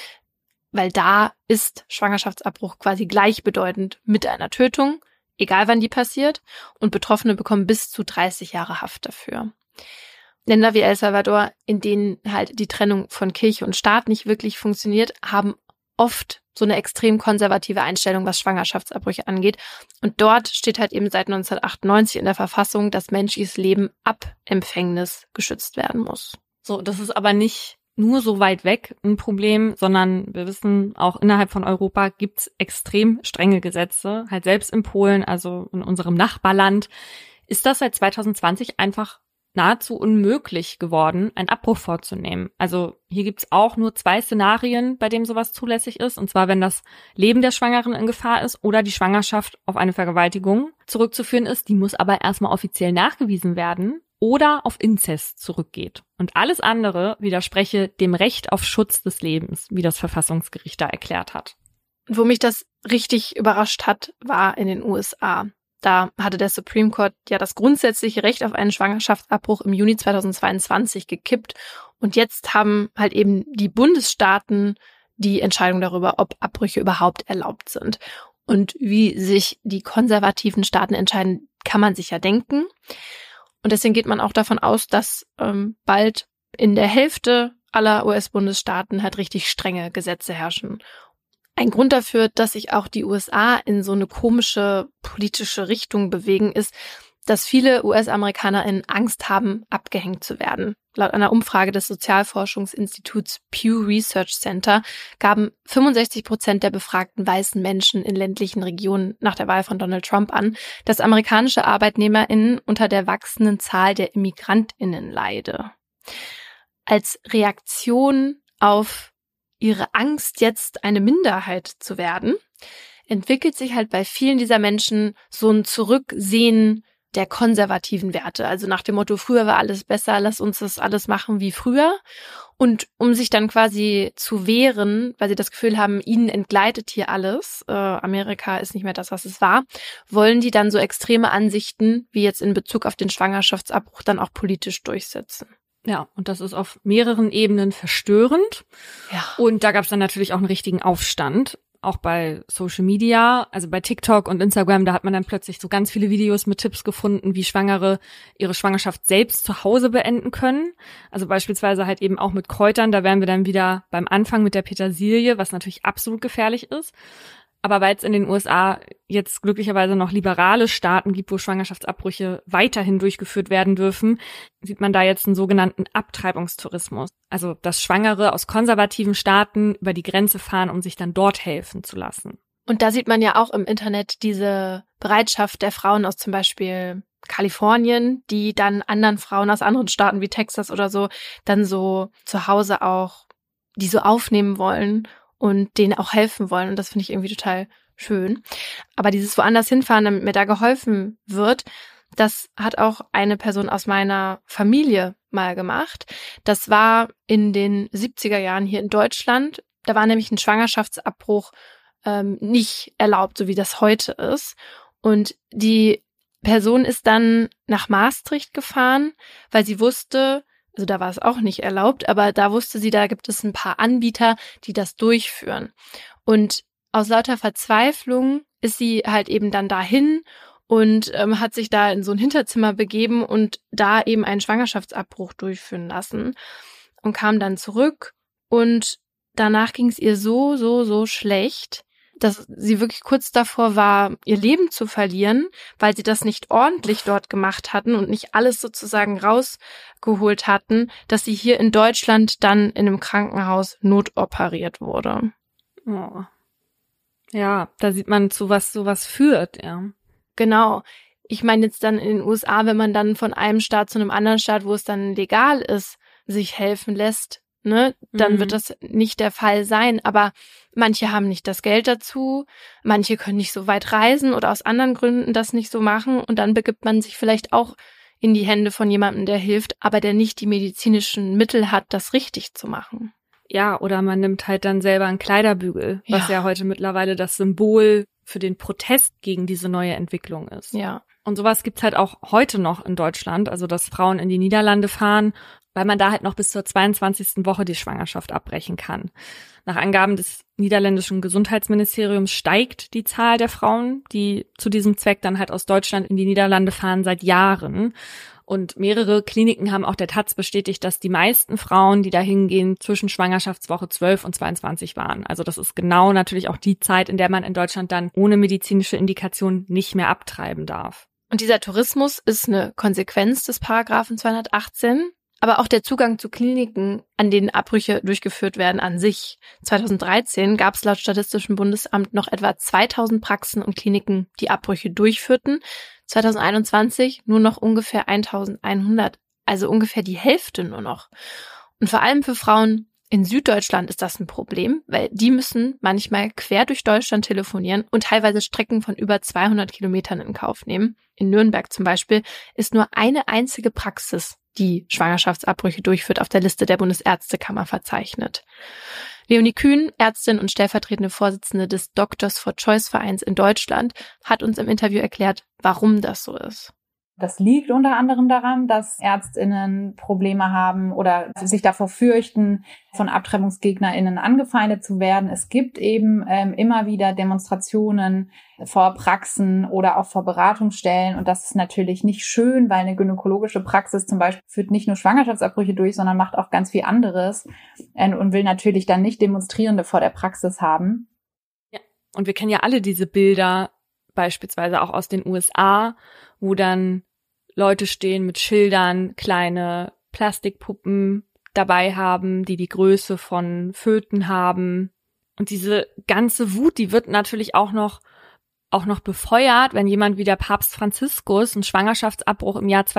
Weil da ist Schwangerschaftsabbruch quasi gleichbedeutend mit einer Tötung, egal wann die passiert, und Betroffene bekommen bis zu 30 Jahre Haft dafür. Länder wie El Salvador, in denen halt die Trennung von Kirche und Staat nicht wirklich funktioniert, haben oft so eine extrem konservative Einstellung, was Schwangerschaftsabbrüche angeht. Und dort steht halt eben seit 1998 in der Verfassung, dass menschliches Leben ab Empfängnis geschützt werden muss. So, das ist aber nicht nur so weit weg ein Problem, sondern wir wissen, auch innerhalb von Europa gibt's extrem strenge Gesetze. Halt selbst in Polen, also in unserem Nachbarland, ist das seit 2020 einfach nahezu unmöglich geworden, einen Abbruch vorzunehmen. Also hier gibt's auch nur 2 Szenarien, bei denen sowas zulässig ist. Und zwar, wenn das Leben der Schwangeren in Gefahr ist oder die Schwangerschaft auf eine Vergewaltigung zurückzuführen ist. Die muss aber erstmal offiziell nachgewiesen werden oder auf Inzest zurückgeht. Und alles andere widerspreche dem Recht auf Schutz des Lebens, wie das Verfassungsgericht da erklärt hat. Und wo mich das richtig überrascht hat, war in den USA. Da hatte der Supreme Court ja das grundsätzliche Recht auf einen Schwangerschaftsabbruch im Juni 2022 gekippt. Und jetzt haben halt eben die Bundesstaaten die Entscheidung darüber, ob Abbrüche überhaupt erlaubt sind. Und wie sich die konservativen Staaten entscheiden, kann man sich ja denken. Und deswegen geht man auch davon aus, dass bald in der Hälfte aller US-Bundesstaaten halt richtig strenge Gesetze herrschen. Ein Grund dafür, dass sich auch die USA in so eine komische politische Richtung bewegen, ist, dass viele US-AmerikanerInnen Angst haben, abgehängt zu werden. Laut einer Umfrage des Sozialforschungsinstituts Pew Research Center gaben 65% der befragten weißen Menschen in ländlichen Regionen nach der Wahl von Donald Trump an, dass amerikanische ArbeitnehmerInnen unter der wachsenden Zahl der ImmigrantInnen leide. Als Reaktion auf ihre Angst, jetzt eine Minderheit zu werden, entwickelt sich halt bei vielen dieser Menschen so ein Zurücksehen der konservativen Werte. Also nach dem Motto, früher war alles besser, lass uns das alles machen wie früher. Und um sich dann quasi zu wehren, weil sie das Gefühl haben, ihnen entgleitet hier alles, Amerika ist nicht mehr das, was es war, wollen die dann so extreme Ansichten, wie jetzt in Bezug auf den Schwangerschaftsabbruch, dann auch politisch durchsetzen. Ja, und das ist auf mehreren Ebenen verstörend. Ja. Und da gab es dann natürlich auch einen richtigen Aufstand, auch bei Social Media, also bei TikTok und Instagram, da hat man dann plötzlich so ganz viele Videos mit Tipps gefunden, wie Schwangere ihre Schwangerschaft selbst zu Hause beenden können. Also beispielsweise halt eben auch mit Kräutern, da wären wir dann wieder beim Anfang mit der Petersilie, was natürlich absolut gefährlich ist. Aber weil es in den USA jetzt glücklicherweise noch liberale Staaten gibt, wo Schwangerschaftsabbrüche weiterhin durchgeführt werden dürfen, sieht man da jetzt einen sogenannten Abtreibungstourismus. Also, dass Schwangere aus konservativen Staaten über die Grenze fahren, um sich dann dort helfen zu lassen. Und da sieht man ja auch im Internet diese Bereitschaft der Frauen aus zum Beispiel Kalifornien, die dann anderen Frauen aus anderen Staaten wie Texas oder so dann so zu Hause auch die so aufnehmen wollen und denen auch helfen wollen. Und das finde ich irgendwie total schön. Aber dieses woanders hinfahren, damit mir da geholfen wird, das hat auch eine Person aus meiner Familie mal gemacht. Das war in den 70er Jahren hier in Deutschland. Da war nämlich ein Schwangerschaftsabbruch nicht erlaubt, so wie das heute ist. Und die Person ist dann nach Maastricht gefahren, weil sie wusste, also da war es auch nicht erlaubt, aber da wusste sie, da gibt es ein paar Anbieter, die das durchführen. Und aus lauter Verzweiflung ist sie halt eben dann dahin und hat sich da in so ein Hinterzimmer begeben und da eben einen Schwangerschaftsabbruch durchführen lassen und kam dann zurück. Und danach ging es ihr so schlecht, dass sie wirklich kurz davor war, ihr Leben zu verlieren, weil sie das nicht ordentlich dort gemacht hatten und nicht alles sozusagen rausgeholt hatten, dass sie hier in Deutschland dann in einem Krankenhaus notoperiert wurde. Oh. Ja, da sieht man, zu was sowas führt, ja. Genau. Ich meine jetzt dann in den USA, wenn man dann von einem Staat zu einem anderen Staat, wo es dann legal ist, sich helfen lässt, ne, dann wird das nicht der Fall sein. Aber manche haben nicht das Geld dazu, manche können nicht so weit reisen oder aus anderen Gründen das nicht so machen. Und dann begibt man sich vielleicht auch in die Hände von jemandem, der hilft, aber der nicht die medizinischen Mittel hat, das richtig zu machen. Ja, oder man nimmt halt dann selber einen Kleiderbügel, was ja heute mittlerweile das Symbol für den Protest gegen diese neue Entwicklung ist. Ja. Und sowas gibt's halt auch heute noch in Deutschland, also dass Frauen in die Niederlande fahren, weil man da halt noch bis zur 22. Woche die Schwangerschaft abbrechen kann. Nach Angaben des niederländischen Gesundheitsministeriums steigt die Zahl der Frauen, die zu diesem Zweck dann halt aus Deutschland in die Niederlande fahren, seit Jahren. Und mehrere Kliniken haben auch der Taz bestätigt, dass die meisten Frauen, die da hingehen, zwischen Schwangerschaftswoche 12 und 22 waren. Also das ist genau natürlich auch die Zeit, in der man in Deutschland dann ohne medizinische Indikation nicht mehr abtreiben darf. Und dieser Tourismus ist eine Konsequenz des Paragraphen 218. Aber auch der Zugang zu Kliniken, an denen Abbrüche durchgeführt werden an sich. 2013 gab es laut Statistischem Bundesamt noch etwa 2000 Praxen und Kliniken, die Abbrüche durchführten. 2021 nur noch ungefähr 1100, also ungefähr die Hälfte nur noch. Und vor allem für Frauen in Süddeutschland ist das ein Problem, weil die müssen manchmal quer durch Deutschland telefonieren und teilweise Strecken von über 200 Kilometern in Kauf nehmen. In Nürnberg zum Beispiel ist nur eine einzige Praxis, die Schwangerschaftsabbrüche durchführt, auf der Liste der Bundesärztekammer verzeichnet. Leonie Kühn, Ärztin und stellvertretende Vorsitzende des Doctors for Choice Vereins in Deutschland, hat uns im Interview erklärt, warum das so ist. Das liegt unter anderem daran, dass ÄrztInnen Probleme haben oder sich davor fürchten, von AbtreibungsgegnerInnen angefeindet zu werden. Es gibt eben immer wieder Demonstrationen vor Praxen oder auch vor Beratungsstellen. Und das ist natürlich nicht schön, weil eine gynäkologische Praxis zum Beispiel führt nicht nur Schwangerschaftsabbrüche durch, sondern macht auch ganz viel anderes und will natürlich dann nicht Demonstrierende vor der Praxis haben. Ja. Und wir kennen ja alle diese Bilder, beispielsweise auch aus den USA, wo dann Leute stehen mit Schildern, kleine Plastikpuppen dabei haben, die die Größe von Föten haben. Und diese ganze Wut, die wird natürlich auch noch befeuert, wenn jemand wie der Papst Franziskus einen Schwangerschaftsabbruch im Jahr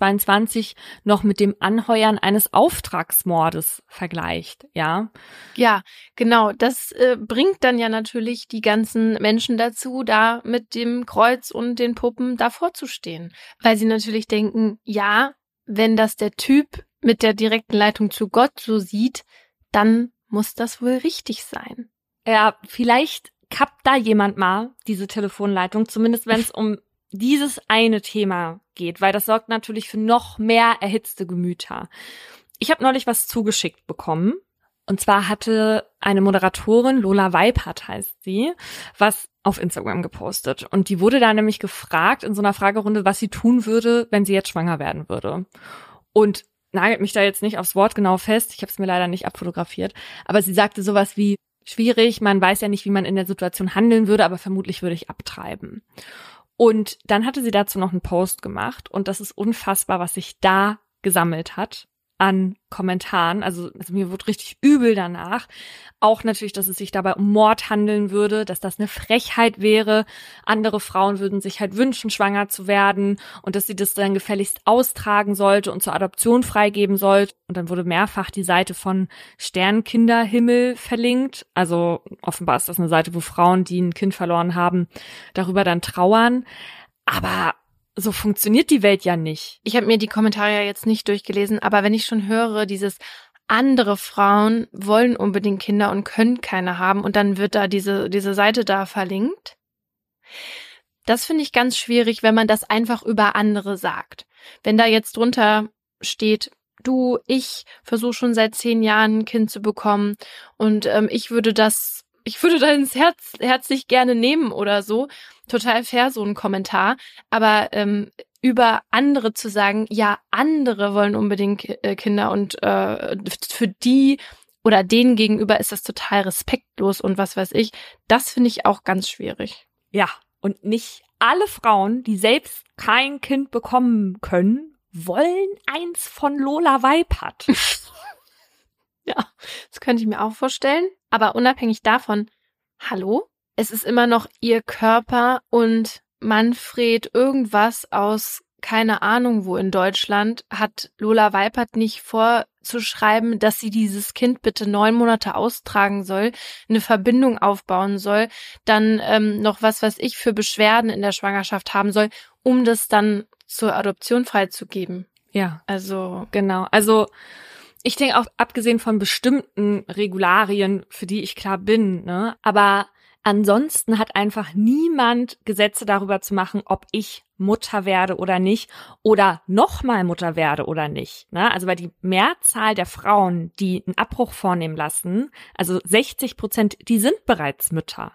2022 noch mit dem Anheuern eines Auftragsmordes vergleicht, ja? Ja, genau. Das bringt dann ja natürlich die ganzen Menschen dazu, da mit dem Kreuz und den Puppen davor zu stehen. Weil sie natürlich denken, ja, wenn das der Typ mit der direkten Leitung zu Gott so sieht, dann muss das wohl richtig sein. Ja, vielleicht kappt da jemand mal diese Telefonleitung, zumindest wenn es um dieses eine Thema geht, weil das sorgt natürlich für noch mehr erhitzte Gemüter. Ich habe neulich was zugeschickt bekommen, und zwar hatte eine Moderatorin, Lola Weipert heißt sie, was auf Instagram gepostet. Und die wurde da nämlich gefragt in so einer Fragerunde, was sie tun würde, wenn sie jetzt schwanger werden würde. Und nagelt mich da jetzt nicht aufs Wort genau fest, ich habe es mir leider nicht abfotografiert, aber sie sagte sowas wie: Schwierig, man weiß ja nicht, wie man in der Situation handeln würde, aber vermutlich würde ich abtreiben. Und dann hatte sie dazu noch einen Post gemacht und das ist unfassbar, was sich da gesammelt hat an Kommentaren. Also mir wurde richtig übel danach. Auch natürlich, dass es sich dabei um Mord handeln würde, dass das eine Frechheit wäre. Andere Frauen würden sich halt wünschen, schwanger zu werden und dass sie das dann gefälligst austragen sollte und zur Adoption freigeben sollte. Und dann wurde mehrfach die Seite von Sternkinderhimmel verlinkt. Also offenbar ist das eine Seite, wo Frauen, die ein Kind verloren haben, darüber dann trauern. Aber so funktioniert die Welt ja nicht. Ich habe mir die Kommentare ja jetzt nicht durchgelesen, aber wenn ich schon höre, dieses andere Frauen wollen unbedingt Kinder und können keine haben und dann wird da diese Seite da verlinkt, Das finde ich ganz schwierig, wenn man das einfach über andere sagt. Wenn da jetzt drunter steht, du, ich versuche schon seit 10 Jahren ein Kind zu bekommen und ich würde das ins Herz herzlich gerne nehmen oder so. Total fair, so ein Kommentar. Aber über andere zu sagen, ja, andere wollen unbedingt Kinder und für die oder denen gegenüber ist das total respektlos und was weiß ich. Das finde ich auch ganz schwierig. Ja, und nicht alle Frauen, die selbst kein Kind bekommen können, wollen eins von Lola Weipert. Ja, das könnte ich mir auch vorstellen. Aber unabhängig davon, hallo? Es ist immer noch ihr Körper und Manfred irgendwas aus keine Ahnung wo in Deutschland hat Lola Weipert nicht vorzuschreiben, dass sie dieses Kind bitte 9 Monate austragen soll, eine Verbindung aufbauen soll, dann noch was weiß ich für Beschwerden in der Schwangerschaft haben soll, um das dann zur Adoption freizugeben. Ja, Also genau. Also ich denke auch, abgesehen von bestimmten Regularien, für die ich klar bin, ne, aber ansonsten hat einfach niemand Gesetze darüber zu machen, ob ich Mutter werde oder nicht oder nochmal Mutter werde oder nicht. Ne? Also weil die Mehrzahl der Frauen, die einen Abbruch vornehmen lassen, also 60%, die sind bereits Mütter.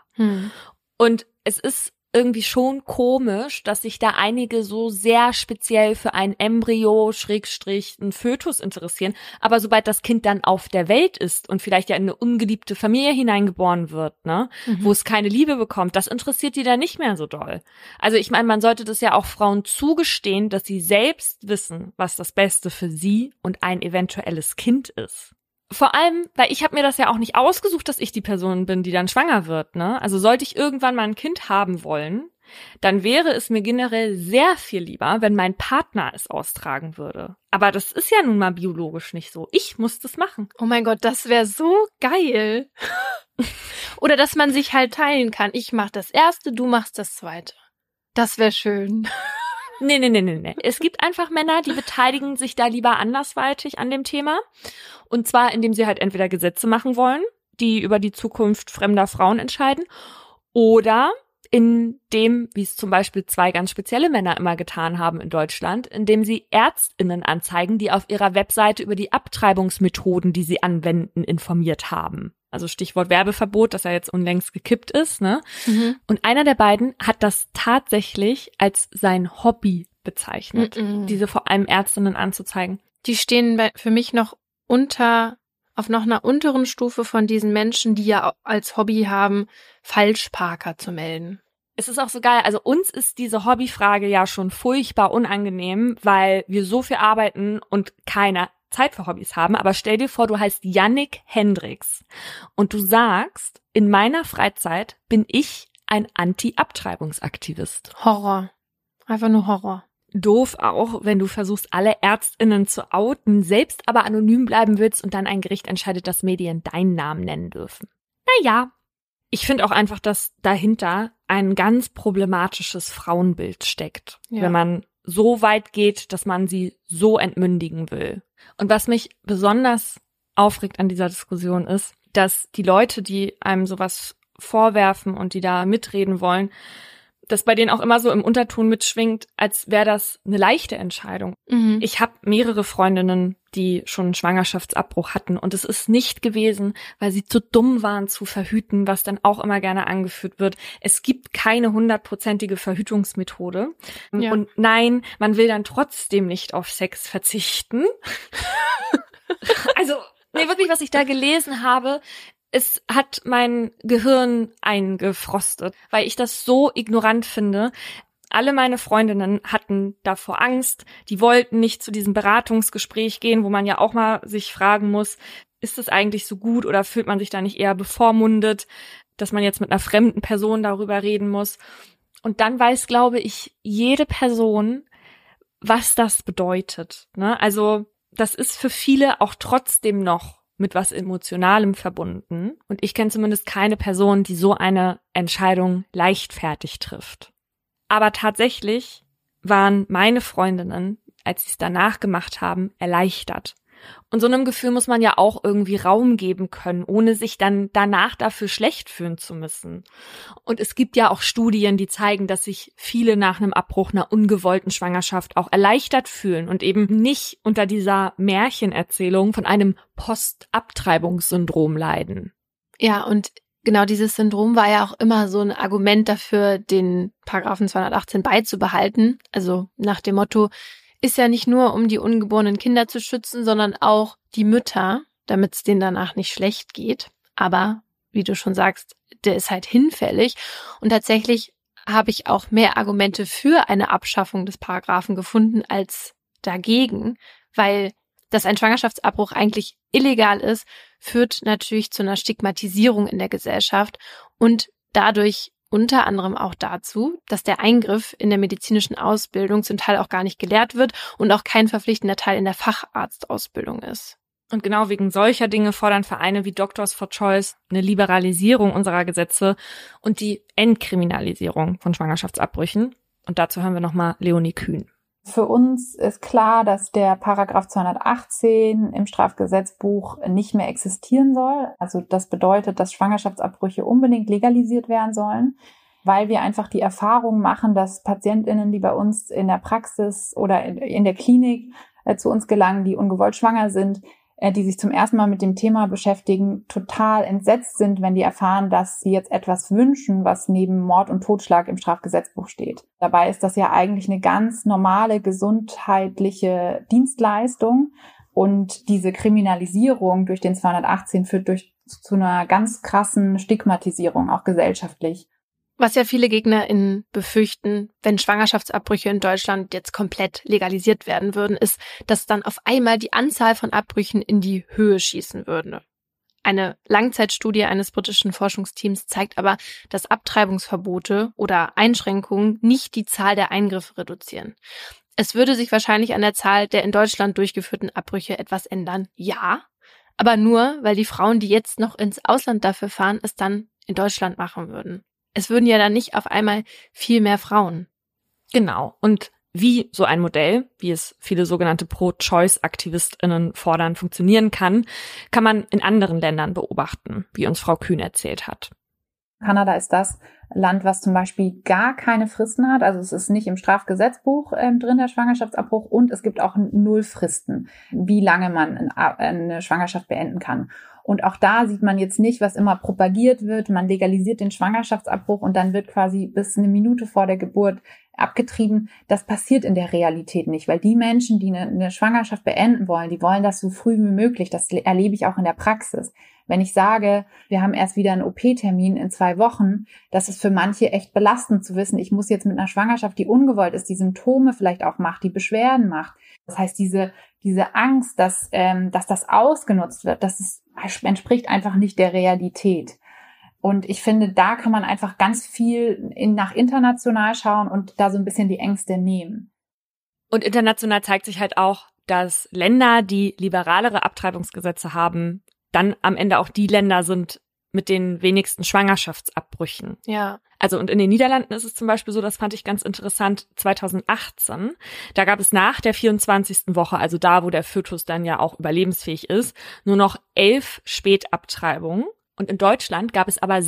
Und es ist irgendwie schon komisch, dass sich da einige so sehr speziell für ein Embryo, einen Fötus interessieren. Aber sobald das Kind dann auf der Welt ist und vielleicht ja in eine ungeliebte Familie hineingeboren wird, ne, wo es keine Liebe bekommt, das interessiert die dann nicht mehr so doll. Also ich meine, man sollte das ja auch Frauen zugestehen, dass sie selbst wissen, was das Beste für sie und ein eventuelles Kind ist. Vor allem, weil ich habe mir das ja auch nicht ausgesucht, dass ich die Person bin, die dann schwanger wird, ne? Also sollte ich irgendwann mal ein Kind haben wollen, dann wäre es mir generell sehr viel lieber, wenn mein Partner es austragen würde. Aber das ist ja nun mal biologisch nicht so. Ich muss das machen. Oh mein Gott, das wäre so geil. Oder dass man sich halt teilen kann. Ich mach das erste, du machst das zweite. Das wäre schön. Nee. Es gibt einfach Männer, die beteiligen sich da lieber andersweitig an dem Thema. Und zwar, indem sie halt entweder Gesetze machen wollen, die über die Zukunft fremder Frauen entscheiden, oder in dem, wie es zum Beispiel 2 ganz spezielle Männer immer getan haben in Deutschland, indem sie ÄrztInnen anzeigen, die auf ihrer Webseite über die Abtreibungsmethoden, die sie anwenden, informiert haben. Also Stichwort Werbeverbot, das ja jetzt unlängst gekippt ist, ne? Und einer der beiden hat das tatsächlich als sein Hobby bezeichnet, diese vor allem Ärztinnen anzuzeigen. Die stehen für mich noch auf noch einer unteren Stufe von diesen Menschen, die ja als Hobby haben, Falschparker zu melden. Es ist auch so geil, also uns ist diese Hobbyfrage ja schon furchtbar unangenehm, weil wir so viel arbeiten und keine Zeit für Hobbys haben. Aber stell dir vor, du heißt Yannick Hendricks und du sagst, in meiner Freizeit bin ich ein Anti-Abtreibungsaktivist. Horror. Einfach nur Horror. Doof auch, wenn du versuchst, alle ÄrztInnen zu outen, selbst aber anonym bleiben willst und dann ein Gericht entscheidet, dass Medien deinen Namen nennen dürfen. Naja. Ich finde auch einfach, dass dahinter ein ganz problematisches Frauenbild steckt, wenn man so weit geht, dass man sie so entmündigen will. Und was mich besonders aufregt an dieser Diskussion ist, dass die Leute, die einem sowas vorwerfen und die da mitreden wollen, dass bei denen auch immer so im Unterton mitschwingt, als wäre das eine leichte Entscheidung. Ich habe mehrere Freundinnen, die schon einen Schwangerschaftsabbruch hatten und es ist nicht gewesen, weil sie zu dumm waren zu verhüten, was dann auch immer gerne angeführt wird. Es gibt keine 100%ige Verhütungsmethode. Ja. Und nein, man will dann trotzdem nicht auf Sex verzichten. Also, nee, wirklich, was ich da gelesen habe, es hat mein Gehirn eingefrostet, weil ich das so ignorant finde. Alle meine Freundinnen hatten davor Angst, die wollten nicht zu diesem Beratungsgespräch gehen, wo man ja auch mal sich fragen muss, ist es eigentlich so gut oder fühlt man sich da nicht eher bevormundet, dass man jetzt mit einer fremden Person darüber reden muss. Und dann weiß, glaube ich, jede Person, was das bedeutet, ne? Also das ist für viele auch trotzdem noch mit was Emotionalem verbunden. Und ich kenne zumindest keine Person, die so eine Entscheidung leichtfertig trifft. Aber tatsächlich waren meine Freundinnen, als sie es danach gemacht haben, erleichtert. Und so einem Gefühl muss man ja auch irgendwie Raum geben können, ohne sich dann danach dafür schlecht fühlen zu müssen. Und es gibt ja auch Studien, die zeigen, dass sich viele nach einem Abbruch einer ungewollten Schwangerschaft auch erleichtert fühlen und eben nicht unter dieser Märchenerzählung von einem Postabtreibungssyndrom leiden. Ja, und genau dieses Syndrom war ja auch immer so ein Argument dafür, den Paragraphen 218 beizubehalten. Also nach dem Motto, ist ja nicht nur, um die ungeborenen Kinder zu schützen, sondern auch die Mütter, damit es denen danach nicht schlecht geht. Aber, wie du schon sagst, der ist halt hinfällig. Und tatsächlich habe ich auch mehr Argumente für eine Abschaffung des Paragraphen gefunden als dagegen, weil dass ein Schwangerschaftsabbruch eigentlich illegal ist, führt natürlich zu einer Stigmatisierung in der Gesellschaft und dadurch unter anderem auch dazu, dass der Eingriff in der medizinischen Ausbildung zum Teil auch gar nicht gelehrt wird und auch kein verpflichtender Teil in der Facharztausbildung ist. Und genau wegen solcher Dinge fordern Vereine wie Doctors for Choice eine Liberalisierung unserer Gesetze und die Entkriminalisierung von Schwangerschaftsabbrüchen. Und dazu hören wir nochmal Leonie Kühn. Für uns ist klar, dass der Paragraph 218 im Strafgesetzbuch nicht mehr existieren soll. Also das bedeutet, dass Schwangerschaftsabbrüche unbedingt legalisiert werden sollen, weil wir einfach die Erfahrung machen, dass PatientInnen, die bei uns in der Praxis oder in der Klinik zu uns gelangen, die ungewollt schwanger sind, die sich zum ersten Mal mit dem Thema beschäftigen, total entsetzt sind, wenn die erfahren, dass sie jetzt etwas wünschen, was neben Mord und Totschlag im Strafgesetzbuch steht. Dabei ist das ja eigentlich eine ganz normale gesundheitliche Dienstleistung und diese Kriminalisierung durch den 218 führt zu einer ganz krassen Stigmatisierung, auch gesellschaftlich. Was ja viele GegnerInnen befürchten, wenn Schwangerschaftsabbrüche in Deutschland jetzt komplett legalisiert werden würden, ist, dass dann auf einmal die Anzahl von Abbrüchen in die Höhe schießen würde. Eine Langzeitstudie eines britischen Forschungsteams zeigt aber, dass Abtreibungsverbote oder Einschränkungen nicht die Zahl der Eingriffe reduzieren. Es würde sich wahrscheinlich an der Zahl der in Deutschland durchgeführten Abbrüche etwas ändern, ja, aber nur, weil die Frauen, die jetzt noch ins Ausland dafür fahren, es dann in Deutschland machen würden. Es würden ja dann nicht auf einmal viel mehr Frauen. Genau. Und wie so ein Modell, wie es viele sogenannte Pro-Choice-AktivistInnen fordern, funktionieren kann, kann man in anderen Ländern beobachten, wie uns Frau Kühn erzählt hat. Kanada ist das Land, was zum Beispiel gar keine Fristen hat. Also es ist nicht im Strafgesetzbuch drin, der Schwangerschaftsabbruch, und es gibt auch 0 Fristen, wie lange man eine Schwangerschaft beenden kann. Und auch da sieht man jetzt nicht, was immer propagiert wird. Man legalisiert den Schwangerschaftsabbruch und dann wird quasi bis eine Minute vor der Geburt abgetrieben. Das passiert in der Realität nicht, weil die Menschen, die eine Schwangerschaft beenden wollen, die wollen das so früh wie möglich. Das erlebe ich auch in der Praxis. Wenn ich sage, wir haben erst wieder einen OP-Termin in 2 Wochen, das ist für manche echt belastend zu wissen, ich muss jetzt mit einer Schwangerschaft, die ungewollt ist, die Symptome vielleicht auch macht, die Beschwerden macht. Das heißt, diese Angst, dass das ausgenutzt wird, entspricht einfach nicht der Realität. Und ich finde, da kann man einfach ganz viel nach international schauen und da so ein bisschen die Ängste nehmen. Und international zeigt sich halt auch, dass Länder, die liberalere Abtreibungsgesetze haben, dann am Ende auch die Länder sind mit den wenigsten Schwangerschaftsabbrüchen. Ja. Also und in den Niederlanden ist es zum Beispiel so, das fand ich ganz interessant, 2018, da gab es nach der 24. Woche, also da, wo der Fötus dann ja auch überlebensfähig ist, nur noch 11 Spätabtreibungen. Und in Deutschland gab es aber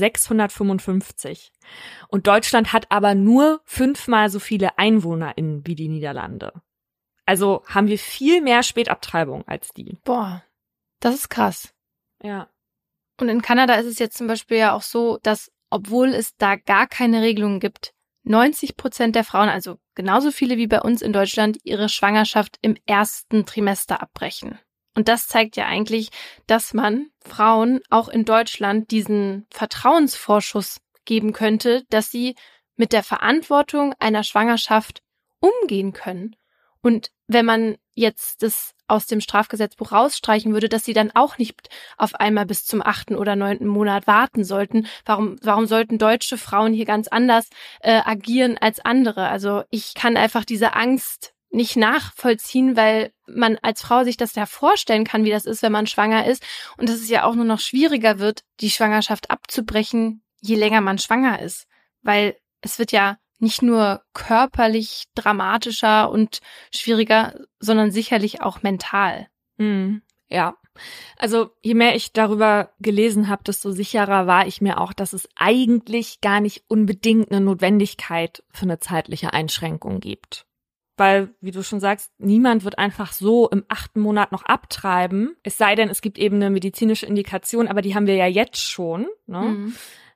655. Und Deutschland hat aber nur 5-mal so viele EinwohnerInnen wie die Niederlande. Also haben wir viel mehr Spätabtreibung als die. Boah, das ist krass. Ja. Und in Kanada ist es jetzt zum Beispiel ja auch so, dass, obwohl es da gar keine Regelungen gibt, 90% der Frauen, also genauso viele wie bei uns in Deutschland, ihre Schwangerschaft im ersten Trimester abbrechen. Und das zeigt ja eigentlich, dass man Frauen auch in Deutschland diesen Vertrauensvorschuss geben könnte, dass sie mit der Verantwortung einer Schwangerschaft umgehen können. Und wenn man jetzt das aus dem Strafgesetzbuch rausstreichen würde, dass sie dann auch nicht auf einmal bis zum 8. oder 9. Monat warten sollten. Warum sollten deutsche Frauen hier ganz anders agieren als andere? Also ich kann einfach diese Angst nicht nachvollziehen, weil man als Frau sich das ja vorstellen kann, wie das ist, wenn man schwanger ist. Und dass es ja auch nur noch schwieriger wird, die Schwangerschaft abzubrechen, je länger man schwanger ist. Weil es wird ja nicht nur körperlich dramatischer und schwieriger, sondern sicherlich auch mental. Ja, also je mehr ich darüber gelesen habe, desto sicherer war ich mir auch, dass es eigentlich gar nicht unbedingt eine Notwendigkeit für eine zeitliche Einschränkung gibt. Weil, wie du schon sagst, niemand wird einfach so im 8. Monat noch abtreiben. Es sei denn, es gibt eben eine medizinische Indikation, aber die haben wir ja jetzt schon. Ne?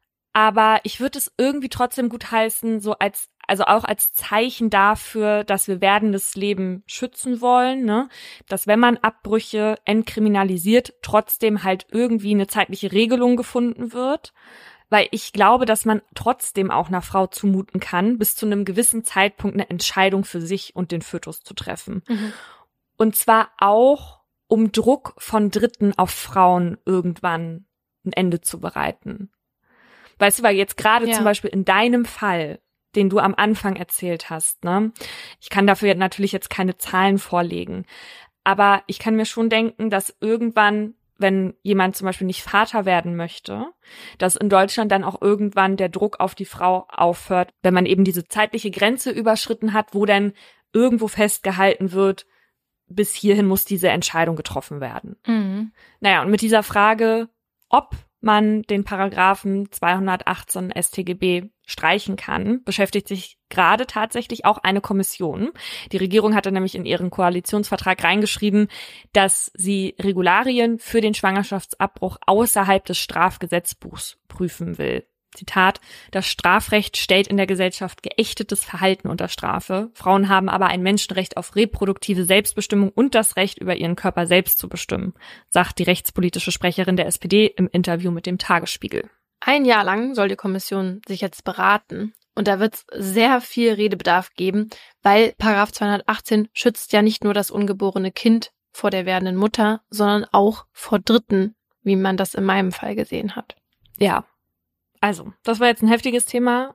Aber ich würde es irgendwie trotzdem gut heißen, also auch als Zeichen dafür, dass wir werdendes Leben schützen wollen, ne? Dass wenn man Abbrüche entkriminalisiert, trotzdem halt irgendwie eine zeitliche Regelung gefunden wird. Weil ich glaube, dass man trotzdem auch einer Frau zumuten kann, bis zu einem gewissen Zeitpunkt eine Entscheidung für sich und den Fötus zu treffen. Und zwar auch, um Druck von Dritten auf Frauen irgendwann ein Ende zu bereiten. Weißt du, weil jetzt gerade zum Beispiel in deinem Fall, den du am Anfang erzählt hast, ne? Ich kann dafür natürlich jetzt keine Zahlen vorlegen, aber ich kann mir schon denken, dass irgendwann, wenn jemand zum Beispiel nicht Vater werden möchte, dass in Deutschland dann auch irgendwann der Druck auf die Frau aufhört, wenn man eben diese zeitliche Grenze überschritten hat, wo dann irgendwo festgehalten wird, bis hierhin muss diese Entscheidung getroffen werden. Naja, und mit dieser Frage, ob man den Paragraphen 218 StGB streichen kann, beschäftigt sich gerade tatsächlich auch eine Kommission. Die Regierung hatte nämlich in ihren Koalitionsvertrag reingeschrieben, dass sie Regularien für den Schwangerschaftsabbruch außerhalb des Strafgesetzbuchs prüfen will. Zitat: Das Strafrecht stellt in der Gesellschaft geächtetes Verhalten unter Strafe. Frauen haben aber ein Menschenrecht auf reproduktive Selbstbestimmung und das Recht, über ihren Körper selbst zu bestimmen, sagt die rechtspolitische Sprecherin der SPD im Interview mit dem Tagesspiegel. 1 Jahr lang soll die Kommission sich jetzt beraten. Und da wird es sehr viel Redebedarf geben, weil Paragraph 218 schützt ja nicht nur das ungeborene Kind vor der werdenden Mutter, sondern auch vor Dritten, wie man das in meinem Fall gesehen hat. Ja. Also, das war jetzt ein heftiges Thema.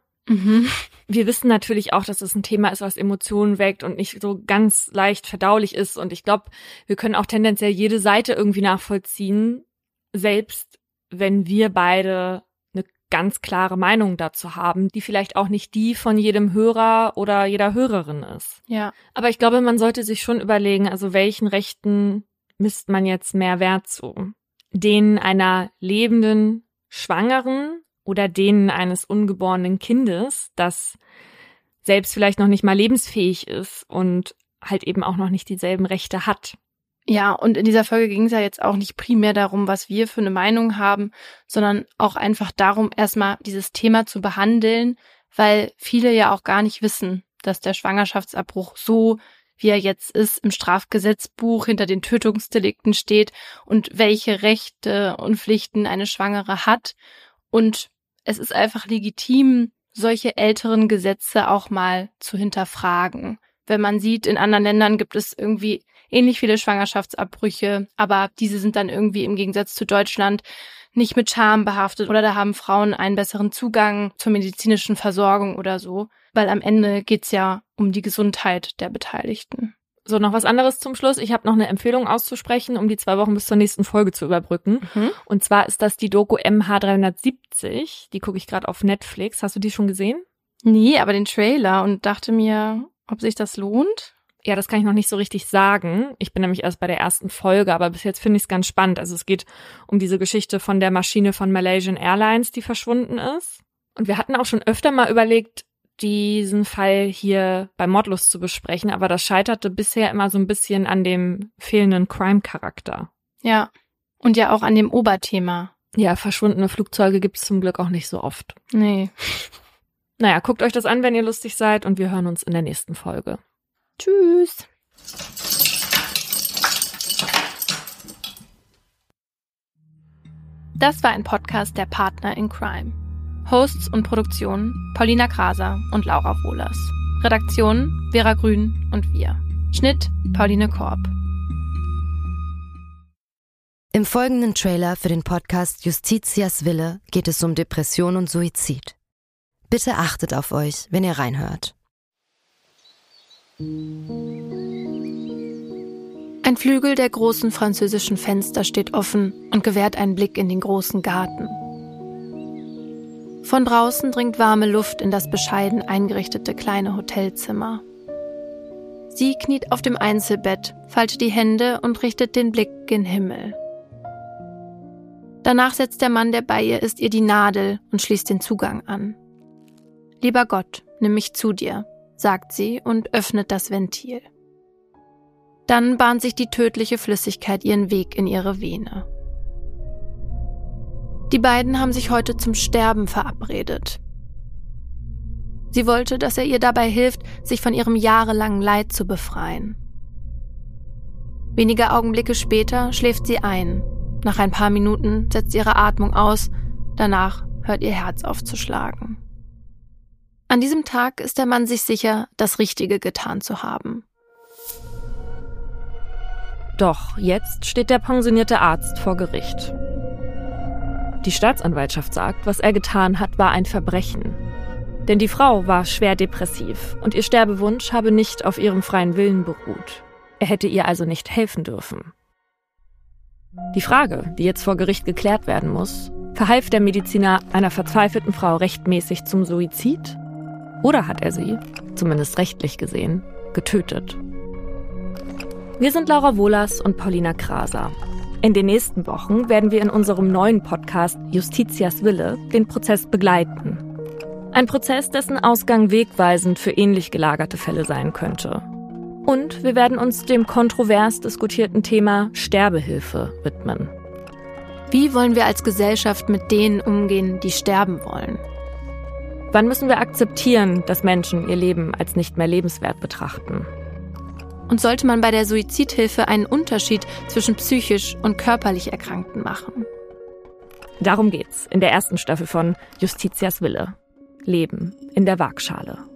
Wir wissen natürlich auch, dass es ein Thema ist, was Emotionen weckt und nicht so ganz leicht verdaulich ist. Und ich glaube, wir können auch tendenziell jede Seite irgendwie nachvollziehen, selbst wenn wir beide eine ganz klare Meinung dazu haben, die vielleicht auch nicht die von jedem Hörer oder jeder Hörerin ist. Ja. Aber ich glaube, man sollte sich schon überlegen, also welchen Rechten misst man jetzt mehr Wert zu? Denen einer lebenden Schwangeren oder denen eines ungeborenen Kindes, das selbst vielleicht noch nicht mal lebensfähig ist und halt eben auch noch nicht dieselben Rechte hat. Ja, und in dieser Folge ging es ja jetzt auch nicht primär darum, was wir für eine Meinung haben, sondern auch einfach darum, erstmal dieses Thema zu behandeln, weil viele ja auch gar nicht wissen, dass der Schwangerschaftsabbruch so, wie er jetzt ist, im Strafgesetzbuch hinter den Tötungsdelikten steht und welche Rechte und Pflichten eine Schwangere hat. Und es ist einfach legitim, solche älteren Gesetze auch mal zu hinterfragen. Wenn man sieht, in anderen Ländern gibt es irgendwie ähnlich viele Schwangerschaftsabbrüche, aber diese sind dann irgendwie im Gegensatz zu Deutschland nicht mit Scham behaftet oder da haben Frauen einen besseren Zugang zur medizinischen Versorgung oder so, weil am Ende geht's ja um die Gesundheit der Beteiligten. So, noch was anderes zum Schluss. Ich habe noch eine Empfehlung auszusprechen, um die 2 Wochen bis zur nächsten Folge zu überbrücken. Und zwar ist das die Doku MH370. Die gucke ich gerade auf Netflix. Hast du die schon gesehen? Nee, aber den Trailer und dachte mir, ob sich das lohnt. Ja, das kann ich noch nicht so richtig sagen. Ich bin nämlich erst bei der ersten Folge, aber bis jetzt finde ich es ganz spannend. Also es geht um diese Geschichte von der Maschine von Malaysian Airlines, die verschwunden ist. Und wir hatten auch schon öfter mal überlegt, diesen Fall hier bei Mordlust zu besprechen, aber das scheiterte bisher immer so ein bisschen an dem fehlenden Crime-Charakter. Ja, und ja auch an dem Oberthema. Ja, verschwundene Flugzeuge gibt es zum Glück auch nicht so oft. Nee. Naja, guckt euch das an, wenn ihr lustig seid und wir hören uns in der nächsten Folge. Tschüss. Das war ein Podcast der Partner in Crime. Hosts und Produktion Paulina Kraser und Laura Wohlers. Redaktion Vera Grün und wir. Schnitt Pauline Korb. Im folgenden Trailer für den Podcast Justitias Wille geht es um Depression und Suizid. Bitte achtet auf euch, wenn ihr reinhört. Ein Flügel der großen französischen Fenster steht offen und gewährt einen Blick in den großen Garten. Von draußen dringt warme Luft in das bescheiden eingerichtete kleine Hotelzimmer. Sie kniet auf dem Einzelbett, faltet die Hände und richtet den Blick gen Himmel. Danach setzt der Mann, der bei ihr ist, ihr die Nadel und schließt den Zugang an. »Lieber Gott, nimm mich zu dir«, sagt sie und öffnet das Ventil. Dann bahnt sich die tödliche Flüssigkeit ihren Weg in ihre Vene. Die beiden haben sich heute zum Sterben verabredet. Sie wollte, dass er ihr dabei hilft, sich von ihrem jahrelangen Leid zu befreien. Wenige Augenblicke später schläft sie ein. Nach ein paar Minuten setzt ihre Atmung aus, danach hört ihr Herz auf zu schlagen. An diesem Tag ist der Mann sich sicher, das Richtige getan zu haben. Doch jetzt steht der pensionierte Arzt vor Gericht. Die Staatsanwaltschaft sagt, was er getan hat, war ein Verbrechen. Denn die Frau war schwer depressiv und ihr Sterbewunsch habe nicht auf ihrem freien Willen beruht. Er hätte ihr also nicht helfen dürfen. Die Frage, die jetzt vor Gericht geklärt werden muss, verhalf der Mediziner einer verzweifelten Frau rechtmäßig zum Suizid? Oder hat er sie, zumindest rechtlich gesehen, getötet? Wir sind Laura Wohlers und Paulina Kraser. In den nächsten Wochen werden wir in unserem neuen Podcast Justitias Wille den Prozess begleiten. Ein Prozess, dessen Ausgang wegweisend für ähnlich gelagerte Fälle sein könnte. Und wir werden uns dem kontrovers diskutierten Thema Sterbehilfe widmen. Wie wollen wir als Gesellschaft mit denen umgehen, die sterben wollen? Wann müssen wir akzeptieren, dass Menschen ihr Leben als nicht mehr lebenswert betrachten? Und sollte man bei der Suizidhilfe einen Unterschied zwischen psychisch und körperlich Erkrankten machen? Darum geht's in der ersten Staffel von Justitias Wille. Leben in der Waagschale.